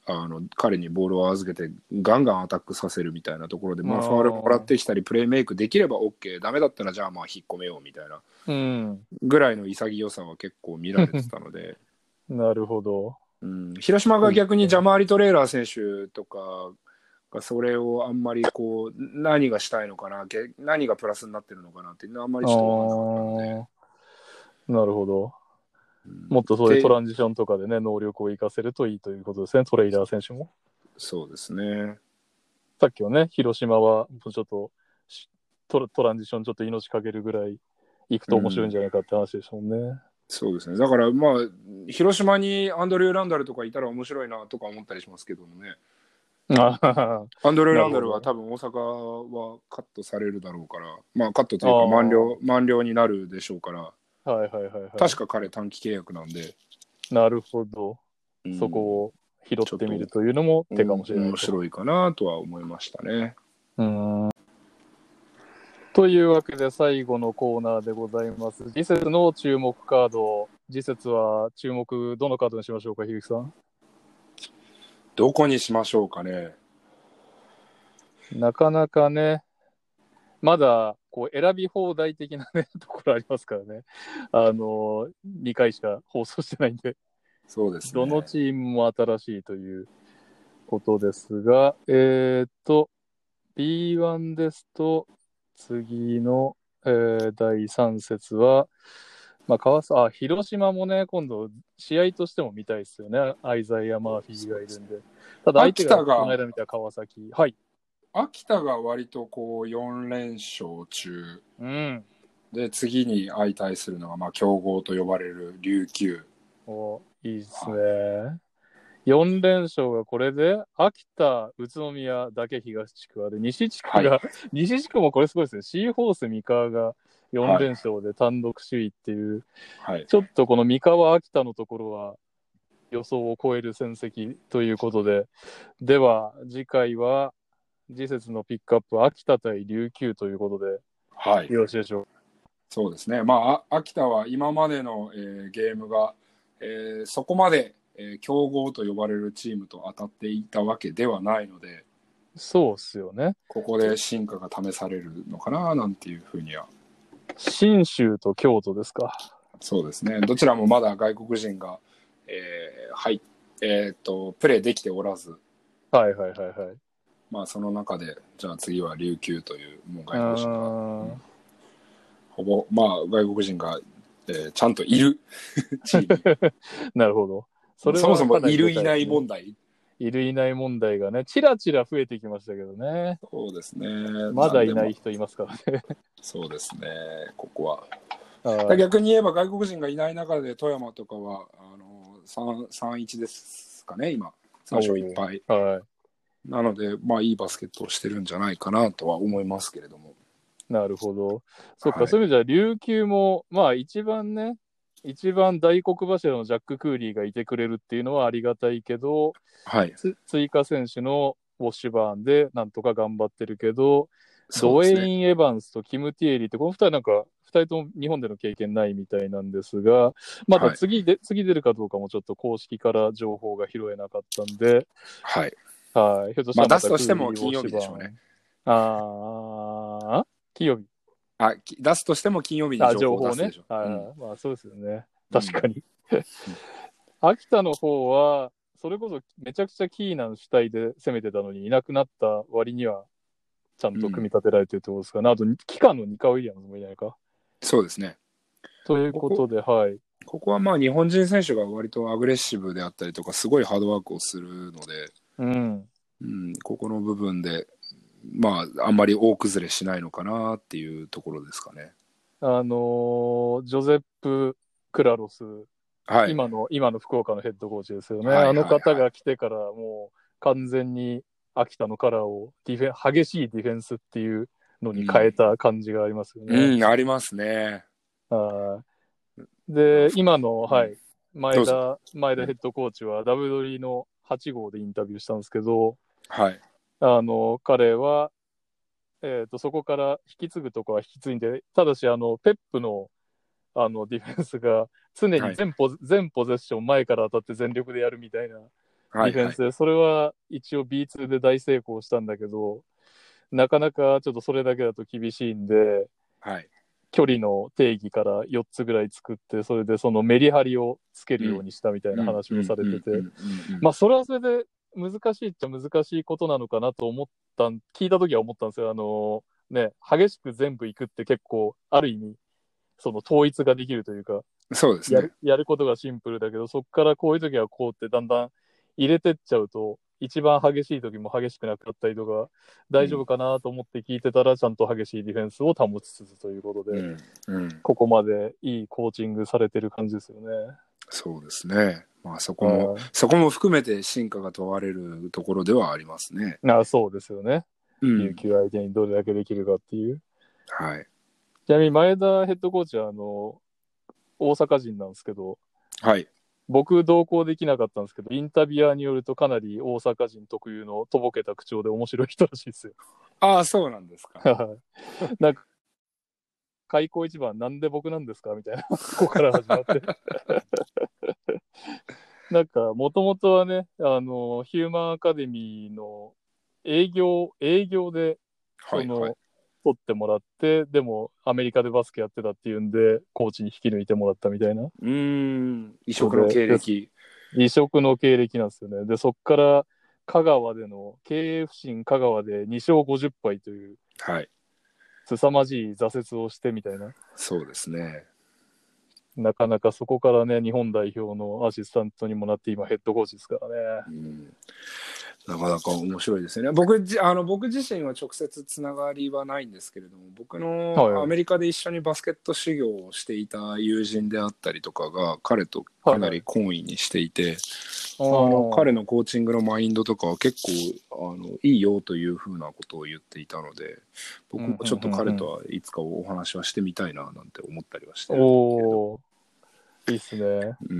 S2: あの彼にボールを預けてガンガンアタックさせるみたいなところで、まあ、
S1: あー
S2: ファウルもらってきたりプレーメイクできれば OK、 ダメだったらじゃあまあ引っ込めようみたいな
S1: うん。
S2: ぐらいの潔さは結構見られてたので、
S1: なるほど。
S2: うん、広島が逆にジャマーリ・トレーラー選手とかがそれをあんまりこう何がしたいのかな、げ何がプラスになってるのかなっていうのはあんまりちょっと分からなかったので、
S1: あーなるほど。
S2: うん
S1: もっとそういうト
S2: で
S1: ランジションとかでね、能力を活かせるといいということですね、トレイラー選手も。
S2: そうですね。
S1: さっきはね、広島はもうちょっとしトラトランジションちょっと命かけるぐらい行くと面白いんじゃないかって話でしたもんね。
S2: そうですね。だからまあ広島にアンドレュー・ランダルとかいたら面白いなとか思ったりしますけどもね。
S1: あはは
S2: アンドレュー・ランダル
S1: なるほど
S2: は多分大阪はカットされるだろうから、まあカットというか満了満了になるでしょうから、
S1: はいはいはいはい。
S2: 確か彼短期契約なんで、
S1: なるほど。
S2: うん
S1: そこを拾ってみるというのも手かもしれない、
S2: うん面白いかなとは思いましたね。
S1: うーん。というわけで最後のコーナーでございます。次節の注目カード。次節は注目どのカードにしましょうか、ひゆきさん。
S2: どこにしましょうかね。
S1: なかなかね、まだこう選び放題的な、ね、ところありますからね。あの、にかいしか放送してないんで、
S2: そうですね。
S1: どのチームも新しいということですが、えー、っと、ビーワン ですと、次の、えー、だいさん節は、まあ、川崎、あ、広島もね、今度、試合としても見たいですよね。アイザイア・マーフィーがいるんで。ただ、相手が
S2: 秋田が
S1: この間見た川崎。はい。
S2: 秋田が割とこうよん連勝中
S1: うん。
S2: で、次に相対するのがまあ強豪と呼ばれる琉球。
S1: お、いいですね。よん連勝がこれで、秋田、宇都宮だけ東地区はで、西地区が、
S2: はい
S1: 西地区もこれすごいですね。シーホース三河がよん連勝で単独首位っていう、
S2: はい。
S1: ちょっとこの三河、秋田のところは予想を超える戦績ということで、では次回は次節のピックアップは秋田対琉球ということで、
S2: はい。
S1: よろしいでしょうか。
S2: そうですね。まあ、あ秋田は今までの、えーゲームが、えーそこまで、えー強豪と呼ばれるチームと当たっていたわけではないので、
S1: そうっすよね。
S2: ここで進化が試されるのかななんていうふうには。
S1: 信州と京都ですか。
S2: そうですね。どちらもまだ外国人が、えーはいえーっとプレーできておらず、
S1: はいはいはいはい。
S2: まあその中でじゃあ次は琉球というもう外国人が、
S1: あー
S2: うんほぼまあ外国人が、えーちゃんといるチーム。
S1: なるほど。
S2: そ
S1: れは
S2: もそも
S1: かなり
S2: いるいない
S1: でかですね
S2: 問題。
S1: いるいない問題がね、ちらちら増えてきましたけどね。
S2: そうですね。
S1: まだい
S2: んでも
S1: ない人いますからね。
S2: そうですね。ここは。
S1: はい
S2: 逆に言えば外国人がいない中で富山とかはあの さんたいいちですかね、今。さん勝いっぱい。
S1: はい。
S2: なので、まあいいバスケットをしてるんじゃないかなとは思いますけれども。
S1: なるほど。そっか、
S2: はい
S1: そういう意味じゃ、琉球も、まあ一番ね、一番大黒柱のジャック・クーリーがいてくれるっていうのはありがたいけど、
S2: はい。
S1: つ追加選手のウォッシュバーンでなんとか頑張ってるけど、
S2: そうですね。
S1: ドウェイン・エヴァンスとキム・ティエリーって、このふたりなんか、ふたりとも日本での経験ないみたいなんですが、まだ次で、次出るかどうかもちょっと公式から情報が拾えなかったんで、
S2: はい。
S1: はい。ひょっとしたら
S2: まあ
S1: また
S2: 出すとしても
S1: クーリー
S2: 金曜日でしょうね。
S1: ああ、金曜日。
S2: あ、き出すとしても金曜日に
S1: あ、
S2: 情
S1: 情報ね
S2: 報を出すでしょ。。
S1: はい、
S2: うん
S1: まあそうですよね。確かに。秋田の方は、それこそめちゃくちゃキーな主体で攻めてたのにいなくなった割には、ちゃんと組み立てられてるってことですかね。あと、期間のニカ・ウィリアムズもいないか。
S2: そうですね。
S1: ということで、はい。
S2: ここはまあ日本人選手が割とアグレッシブであったりとか、すごいハードワークをするので、
S1: うん。
S2: うん、ここの部分で、まあ、あんまり大崩れしないのかなっていうところですかね。
S1: あのージョゼップ・クラロス、
S2: はい。
S1: 今の、今の福岡のヘッドコーチですよね。
S2: はいはいはい
S1: あの方が来てから、もう完全に秋田のカラーをディフェン、激しいディフェンスっていうのに変えた感じがありますよね。
S2: うん、ありますね。
S1: はいで、今の、はい、
S2: ど
S1: 前
S2: うぞ
S1: 田、前田ヘッドコーチはダブドリのはち号でインタビューしたんですけど、
S2: はい。
S1: あの、彼は、えっ、と、そこから引き継ぐとこは引き継いで、ただし、あの、ペップの、あの、ディフェンスが常に全ポ,、全ポゼッション前から当たって全力でやるみたいなディフェンスで、はいはい、それは一応 ビーツー で大成功したんだけど、なかなかちょっとそれだけだと厳しいんで、
S2: はい、
S1: 距離の定義からよっつぐらい作って、それでそのメリハリをつけるようにしたみたいな話をされてて、まあそれはそれで難しいっちゃ難しいことなのかなと思ったん、聞いたときは思ったんですよ。あのね、激しく全部いくって結構ある意味その統一ができるというか、
S2: そうですね、
S1: やる、やることがシンプルだけど、そこからこういう時はこうってだんだん入れてっちゃうと、一番激しい時も激しくなかったりとか、大丈夫かなと思って聞いてたら、ちゃんと激しいディフェンスを保ちつつということで、うんうん、ここまでいいコーチングされてる感じですよね。
S2: そうですね。まあそこも、そこも含めて進化が問われるところではありますね。
S1: あ、そうですよね。琉球相手にどれだけできるかっていう。
S2: はい。
S1: ちなみに前田ヘッドコーチは、あの、大阪人なんですけど、
S2: はい。
S1: 僕同行できなかったんですけど、インタビュアーによるとかなり大阪人特有のとぼけた口調で面白い人らしいですよ。
S2: ああ、そうなんですか。
S1: なんか、開口一番なんで僕なんですかみたいな、ここから始まって。なんか、もともとはね、あの、ヒューマンアカデミーの営業、営業で、その、はいはい、取ってもらって、でもアメリカでバスケやってたっていうんで、コーチに引き抜いてもらったみたいな。
S2: うーん、異色の経歴。
S1: 異色の経歴なんですよね。で、そっから香川での、経営不振香川でに勝ごじゅっぱいという、
S2: はい。
S1: 凄まじい挫折をしてみたいな。
S2: そうですね。
S1: なかなかそこからね、日本代表のアシスタントにもなって、今ヘッドコーチですからね。
S2: うん、なかなか面白いですよね。僕じあの僕自身は直接つながりはないんですけれども、僕のアメリカで一緒にバスケット修行をしていた友人であったりとかが彼とかなり懇意にしていて、はいはい、あの彼のコーチングのマインドとかは結構あのいいよというふうなことを言っていたので、僕もちょっと彼とはいつかお話はしてみたいななんて思ったりはしてるんですけど。
S1: おー、いいっすね。
S2: うん、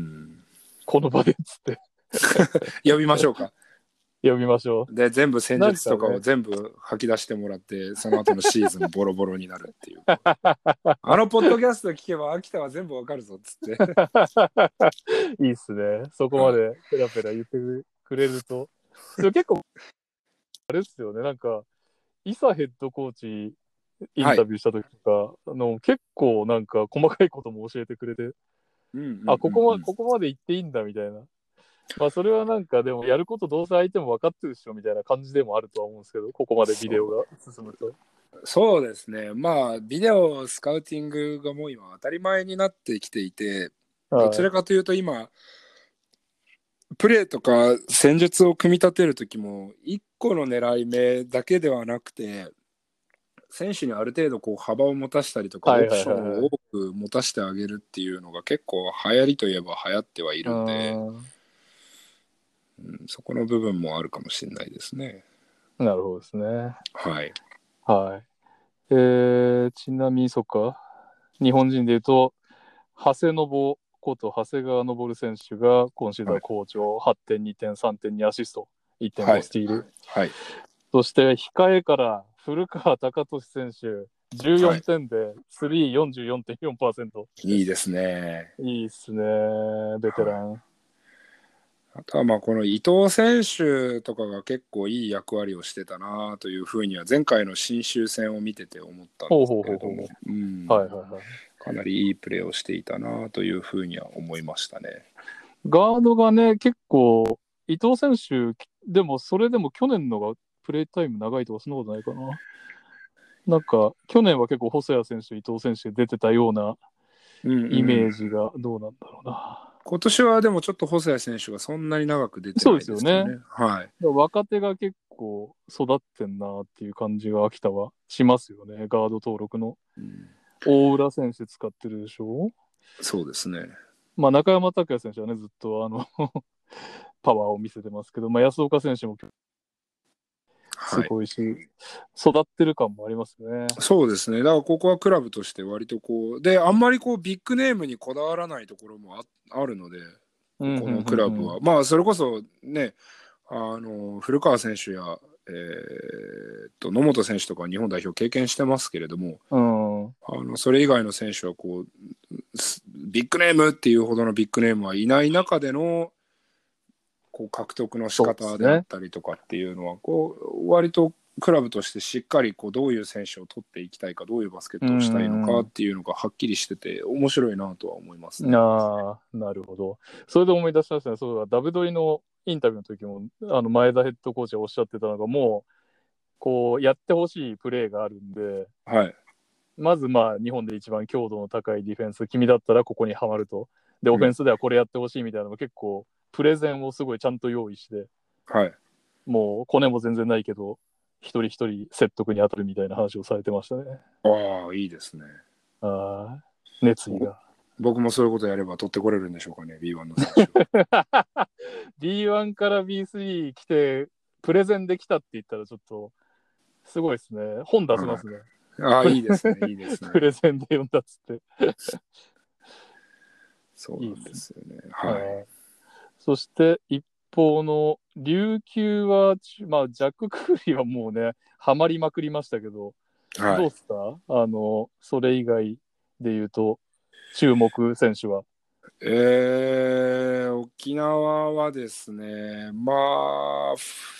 S1: この場でっつって
S2: 呼びましょうか。
S1: 呼びましょう。
S2: で全部戦術とかを全部吐き出してもらって、ね、その後のシーズンボロボロになるっていうあのポッドキャスト聞けば秋田は全部わかるぞっつって
S1: いいっすね。そこまでペラペラ言ってくれると。でも結構あれですよね。なんか伊佐ヘッドコーチインタビューした時とか、はい、あの結構なんか細かいことも教えてくれて、うんうんうんうん、あここまここまで行っていいんだみたいな。まあそれはなんかでもやることどうせ相手も分かってるでしょみたいな感じでもあるとは思うんですけど、ここまでビデオが進むと。
S2: そうですね。まあビデオスカウティングがもう今当たり前になってきていて、どちらかというと今、はい、プレーとか戦術を組み立てる時もいっこの狙い目だけではなくて、選手にある程度こう幅を持たせたりとか、オプションを多く持たせてあげるっていうのが結構流行りといえば流行ってはいるんで、うん、そこの部分もあるかもしれないですね。
S1: なるほどですね。
S2: はい。
S1: はい。えー、ちなみにそっか、日本人でいうと、長谷信こと長谷川昇選手が今シーズン好調、はい、はってん、にてん、さんてんにアシスト、いってんごスティール。
S2: はいはい、
S1: そして控えから古川貴俊選手、じゅうよんてんでスリーよんじゅうよんてんよんパーセント。
S2: いいですね。
S1: いいっすね、ベテラン。はい、
S2: あとはまあこの伊藤選手とかが結構いい役割をしてたなというふうには前回の信州戦を見てて思ったんですけれども、かなりいいプレーをしていたなというふうには思いましたね。
S1: ガードがね、結構伊藤選手でもそれでも去年のがプレータイム長いとかそんなことないかな。なんか去年は結構細谷選手、伊藤選手出てたようなイメージがどうなんだろうな。うんうん、
S2: 今年はでもちょっと細谷選手がそんなに長く出てないですよね。そうですよね。はい。
S1: 若手が結構育ってんなっていう感じが秋田はしますよね。ガード登録の、うん、大浦選手使ってるでしょ。
S2: そうですね。
S1: まあ中山拓也選手はねずっとあのパワーを見せてますけど、まあ、安岡選手もすごいし、はい、育ってる感もありますね。
S2: そうですね。だからここはクラブとして割とこうであんまりこうビッグネームにこだわらないところも あ, あるので、このクラブは、うんうんうんうん、まあそれこそね、あの古川選手や、えー、っと野本選手とか日本代表経験してますけれども、うん、あのそれ以外の選手はこうビッグネームっていうほどのビッグネームはいない中でのこう獲得の仕方であったりとかっていうのは、こう割とクラブとしてしっかりこうどういう選手を取っていきたいか、どういうバスケットをしたいのかっていうのがはっきりしてて面白いなとは思いますね。
S1: ああ、なるほど。それで思い出しましたね。そうだ、ダブドリのインタビューの時もあの前田ヘッドコーチがおっしゃってたのが、もうこうやってほしいプレーがあるんで、
S2: はい、
S1: まずまあ日本で一番強度の高いディフェンス、君だったらここにはまると。で、オフェンスではこれやってほしいみたいなのも結構プレゼンをすごいちゃんと用意して、
S2: はい、
S1: もうコネも全然ないけど、一人一人説得に当たるみたいな話をされてましたね。
S2: ああ、いいですね。
S1: ああ、熱意が。
S2: 僕もそういうことやれば取ってこれるんでしょうかね、ビーワン の選手。
S1: ビーワン から ビースリー 来て、プレゼンできたって言ったらちょっと、すごいですね。本出せますね。
S2: ああ、いいですね、いいですね。
S1: プレゼンで読んだっつって。
S2: そうなんですよね。
S1: いい
S2: はい。
S1: そして一方の琉球は、まあ、ジャック・クーリーはもうね、ハマりまくりましたけど、
S2: はい、
S1: どうですか、あの、それ以外で言うと、注目選手は。
S2: えー、沖縄はですね、まあ、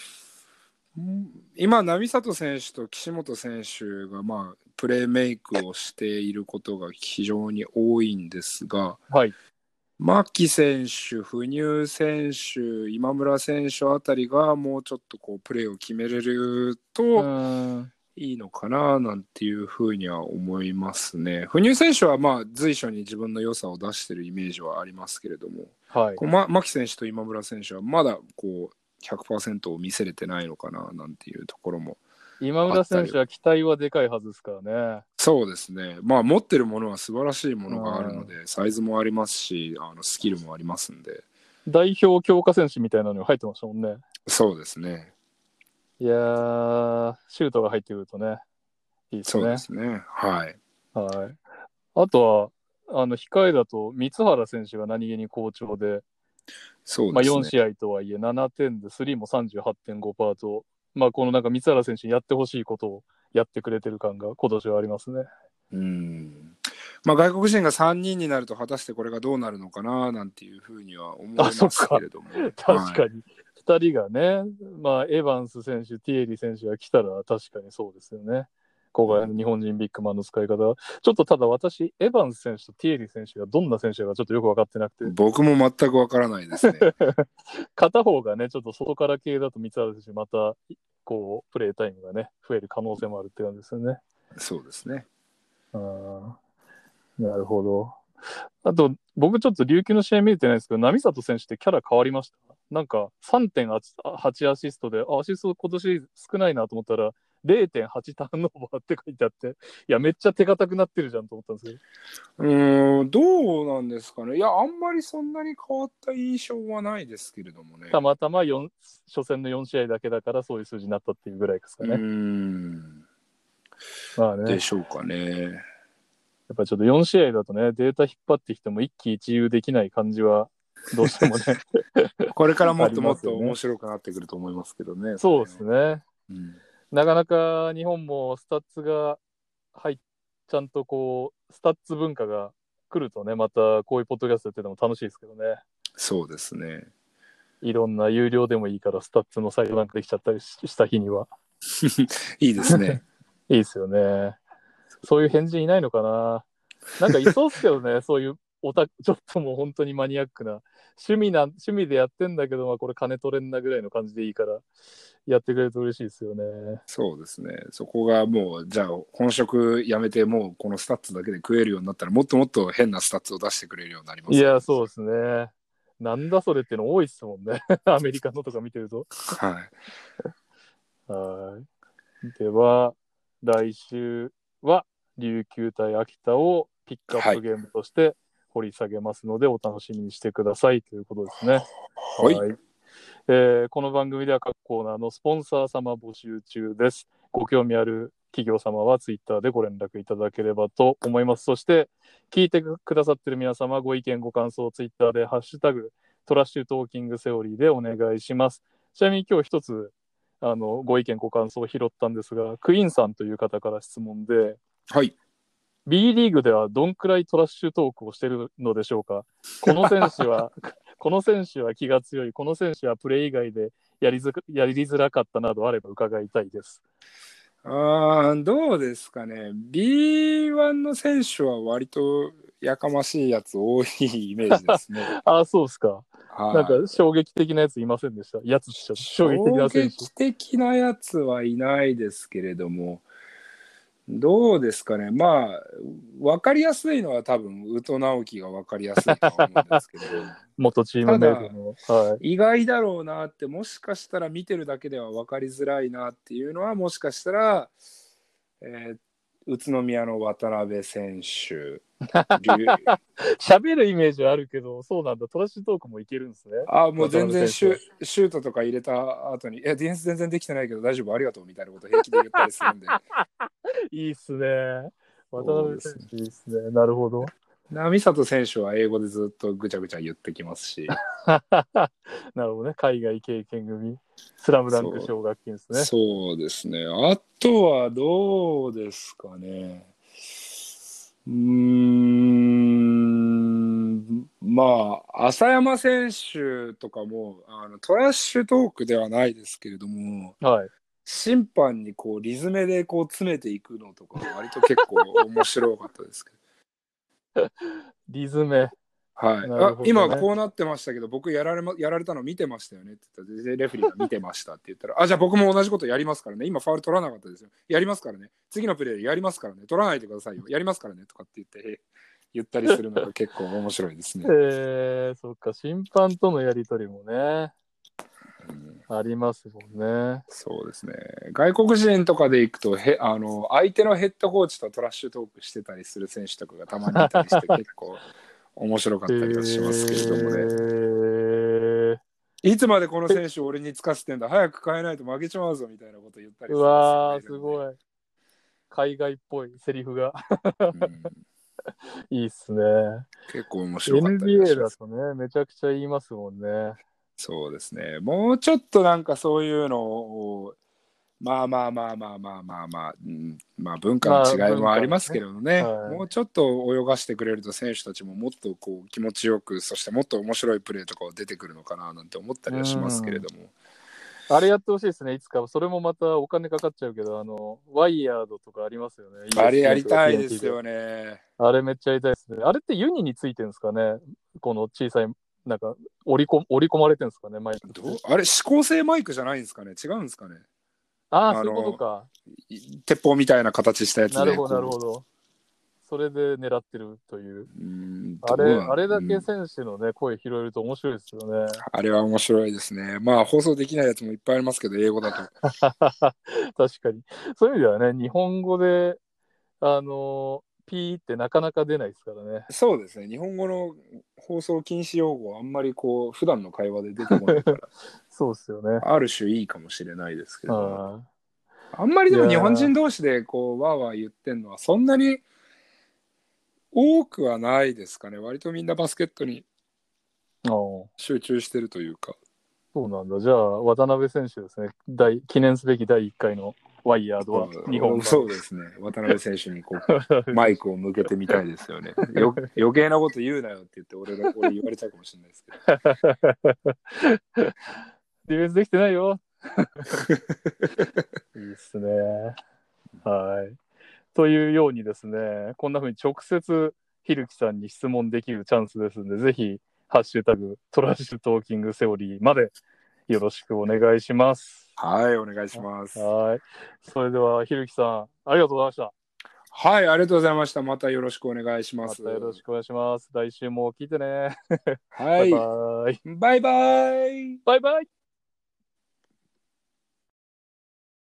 S2: 今、並里選手と岸本選手が、まあ、プレーメイクをしていることが非常に多いんですが、
S1: はい。
S2: 牧選手、不入選手、今村選手あたりがもうちょっとこうプレーを決めれるといいのかななんていうふうには思いますね。不入選手はまあ随所に自分の良さを出しているイメージはありますけれども、
S1: はい、
S2: こうま、牧選手と今村選手はまだこう ひゃくパーセント を見せれてないのかななんていうところも。
S1: 今村選手は期待はでかいはずですからね。
S2: そうですね。まあ持ってるものは素晴らしいものがあるので、サイズもありますし、あのスキルもありますんで。
S1: 代表強化選手みたいなのに入ってましたもんね。
S2: そうですね。
S1: いやー、シュートが入ってくるとね、いいですね。
S2: そうですね。はい。
S1: はい。あとは、あの控えだと三原選手が何気に好調で、
S2: そうですね。
S1: まあ、よん試合とはいえななてんでスリーも さんじゅうはちてんごパーセント と、まあ、このなんか三原選手にやってほしいことをやってくれてる感が今年はありますね。
S2: うんまあ、外国人がさんにんになると果たしてこれがどうなるのかななんていうふうには思いますけれども、
S1: 確かにふたりがね、まあ、エヴァンス選手、ティエリ選手が来たら確かにそうですよね。ここが日本人ビッグマンの使い方、うん、ちょっとただ私、エヴァンス選手とティエリ選手がどんな選手かちょっとよく分かってなくて、
S2: 僕も全く分からないですね。
S1: 片方がね、ちょっと外から系だと三原選手、またこうプレータイムがね、増える可能性もあるって感じですよね。
S2: そうですね。
S1: あなるほど。あと、僕ちょっと琉球の試合見れてないですけど、並里選手ってキャラ変わりました？なんか さんてんはち アシストで、あアシスト今年少ないなと思ったら、れいてんはち ターンオーバーって書いてあって、いや、めっちゃ手堅くなってるじゃんと思ったんですけど。
S2: うーん、どうなんですかね。いや、あんまりそんなに変わった印象はないですけれどもね。
S1: たまたまよん初戦のよん試合だけだから、そういう数字になったっていうぐらいですかね。
S2: うーん。
S1: まあね。
S2: でしょうかね。
S1: やっぱちょっとよん試合だとね、データ引っ張ってきても一喜一憂できない感じは、どうしてもね。
S2: これからもっともっと面白くなってくると思いますけどね。
S1: そうですね。
S2: うん、
S1: なかなか日本もスタッツが入っちゃんとこう、スタッツ文化が来るとね、またこういうポッドキャストやってても楽しいですけどね。
S2: そうですね。
S1: いろんな有料でもいいからスタッツのサイトなんかできちゃったりした日には。
S2: いいですね。
S1: いいですよね。そういう返事いないのかな。なんかいそうっすけどね、そういうオタク、ちょっともう本当にマニアックな。趣味な、趣味でやってんだけど、まあこれ金取れんなぐらいの感じでいいから、やってくれると嬉しいですよね。
S2: そうですね。そこがもう、じゃあ本職やめて、もうこのスタッツだけで食えるようになったら、もっともっと変なスタッツを出してくれるようになります、ね。
S1: いや、そうですね。なんだそれっての多いっすもんね。アメリカのとか見てると。
S2: はい。
S1: はい。では、来週は琉球対秋田をピックアップゲームとして掘り下げますので、お楽しみにしてくださいということですね。
S2: はい。
S1: はいえー、この番組では各コーナーのスポンサー様募集中です。ご興味ある企業様はツイッターでご連絡いただければと思います。そして、聞いてくださっている皆様、ご意見、ご感想、ツイッターでハッシュタグ、トラッシュトーキングセオリーでお願いします。ちなみに今日一つ、あの、ご意見、ご感想を拾ったんですが、クイーンさんという方から質問で、
S2: はい。
S1: B リーグではどんくらいトラッシュトークをしているのでしょうか。この選手はこの選手は気が強い、この選手はプレー以外でやりづやりづらかったなどあれば伺いたいです。
S2: あーどうですかね。ビーワン の選手は割とやかましいやつ多いイメージですね。
S1: ああ、そうですか。なんか
S2: はい。
S1: 衝撃的なやついませんでした。やつっちゃ衝撃的
S2: 衝
S1: な選手。
S2: 撃的なやつはいないですけれども、どうですかね。まあ、分かりやすいのは多分、宇都直樹が分かりやすいとは思うんですけど、
S1: 元チーム
S2: ただ、
S1: メイトの。はい。
S2: 意外だろうなって、もしかしたら見てるだけでは分かりづらいなっていうのは、もしかしたら、えー宇都宮の渡辺選手、
S1: 喋るイメージはあるけど、そうなんだ。トラッシュトークもいけるんですね。
S2: あもう全
S1: 渡辺選手は。
S2: 然シュシュートとか入れた後に、いや、ディフェンス全然できてないけど大丈夫、ありがとうみたいなこと平気で言ったりするんで。
S1: いいっすね。渡辺選
S2: そうですね。
S1: 手いいっすね。なるほど。
S2: 波里選手は英語でずっとぐちゃぐちゃ言ってきますし。
S1: なるほどね。海外経験組。スラムダンク奨学金ですね。
S2: そうですね。あとはどうですかね。うーん、まあ、浅山選手とかもあのトラッシュトークではないですけれども、
S1: はい。
S2: 審判にこうリズムでこう詰めていくのとか割と結構面白かったですけど。
S1: リズム。
S2: はい、
S1: なる
S2: あ
S1: ほどね。
S2: 今こうなってましたけど僕やられ、ま、やられたの見てましたよねって言ったらレフェリーが見てましたって言ったらあじゃあ僕も同じことやりますからね今ファウル取らなかったですよやりますからね次のプレーやりますからね取らないでくださいよやりますからねとかって言って言ったりするのが結構面白いですね。
S1: えー、そっか、審判とのやりとりもね、
S2: うん、
S1: ありますもんね。
S2: そうですね。外国人とかで行くとへあの相手のヘッドコーチとトラッシュトークしてたりする選手とかがたまにいたりして結構面白かったりはしますけれどもね。
S1: えー、
S2: いつまでこの選手を俺につかせてんだ早く変えないと負けちまうぞみたいなこと言ったり
S1: う
S2: するやつが
S1: わー、
S2: いるんで、
S1: すごい。海外っぽいセリフが。
S2: うん、
S1: いいっすね。
S2: 結構面白かったりは
S1: エヌビーエー
S2: します。
S1: だとね、めちゃくちゃ言いますもんね。
S2: そうですね。もうちょっとなんかそういうのをまあまあまあまあまあまあまあ、うん、まあ文化の
S1: まあ、
S2: 違いもあ
S1: 文化のね。
S2: りますけどね、
S1: はい。
S2: もうちょっと泳がしてくれると選手たちももっとこう気持ちよくそしてもっと面白いプレーとかを出てくるのかななんて思ったりはしますけれども。
S1: あれやってほしいですね、いつか。それもまたお金かかっちゃうけど、あの、ワイヤードとかありますよね。
S2: あれや
S1: イーエスピーエヌ とか
S2: りたいで
S1: ティーエヌティー で。
S2: すよね。
S1: あれめっちゃやりたいですね。あれってユニについてるんですかね。この小さい、なんか、折りこ折り込まれてるんですかね、マイクって。
S2: どうあれ指向性マイクじゃないんですかね違うんですかね
S1: ああ、
S2: あ
S1: そういうこと
S2: の
S1: か。
S2: 鉄砲みたいな形したやつ
S1: なるほど、な
S2: でこう
S1: るほど。それで狙ってるという。
S2: うーん
S1: あれ、
S2: どうなん
S1: あれだけ
S2: うん、
S1: 選手のね、声拾えると面白いですよね。
S2: あれは面白いですね。まあ放送できないやつもいっぱいありますけど英語だと。
S1: 確かに。そういう意味ではね、日本語で、あの、ピーってなかなか出ないですからね。
S2: そうですね。日本語の放送禁止用語はあんまりこう普段の会話で出てこないから
S1: そうっすよね。
S2: ある種いいかもしれないですけれども、
S1: は
S2: あんまり
S1: い。いや
S2: でも日本人
S1: ー、
S2: 同士でこうわーわー言ってんのはそんなに多くはないですかね。割とみんなバスケットに
S1: あー
S2: 集中してるというか。
S1: そうなんだ。じゃあ、渡辺選手ですね。大記念すべきだいいっかいのワイヤードは日本版。
S2: そうですね。渡辺選手にこうマイクを向けてみたいですよね。よ余計なこと言うなよって言って俺が俺言われちゃうかもしれないですけど。
S1: ディフェンスできてないよ。いいっすね。はい。というようにですね、こんな風に直接ひるきさんに質問できるチャンスですので、ぜひ、ハッシュタグトラッシュトーキングセオリーまでよろしくお願いします。
S2: はい、お願いします。
S1: はい。それでは、ひるきさん、ありがとうございました。
S2: はい、ありがとうございました。またよろしくお願いしま。
S1: ますたよろしくお願いします。来週も聞いてね。
S2: はい、
S1: バイバイ。
S2: バイバイ。
S1: バイバイ。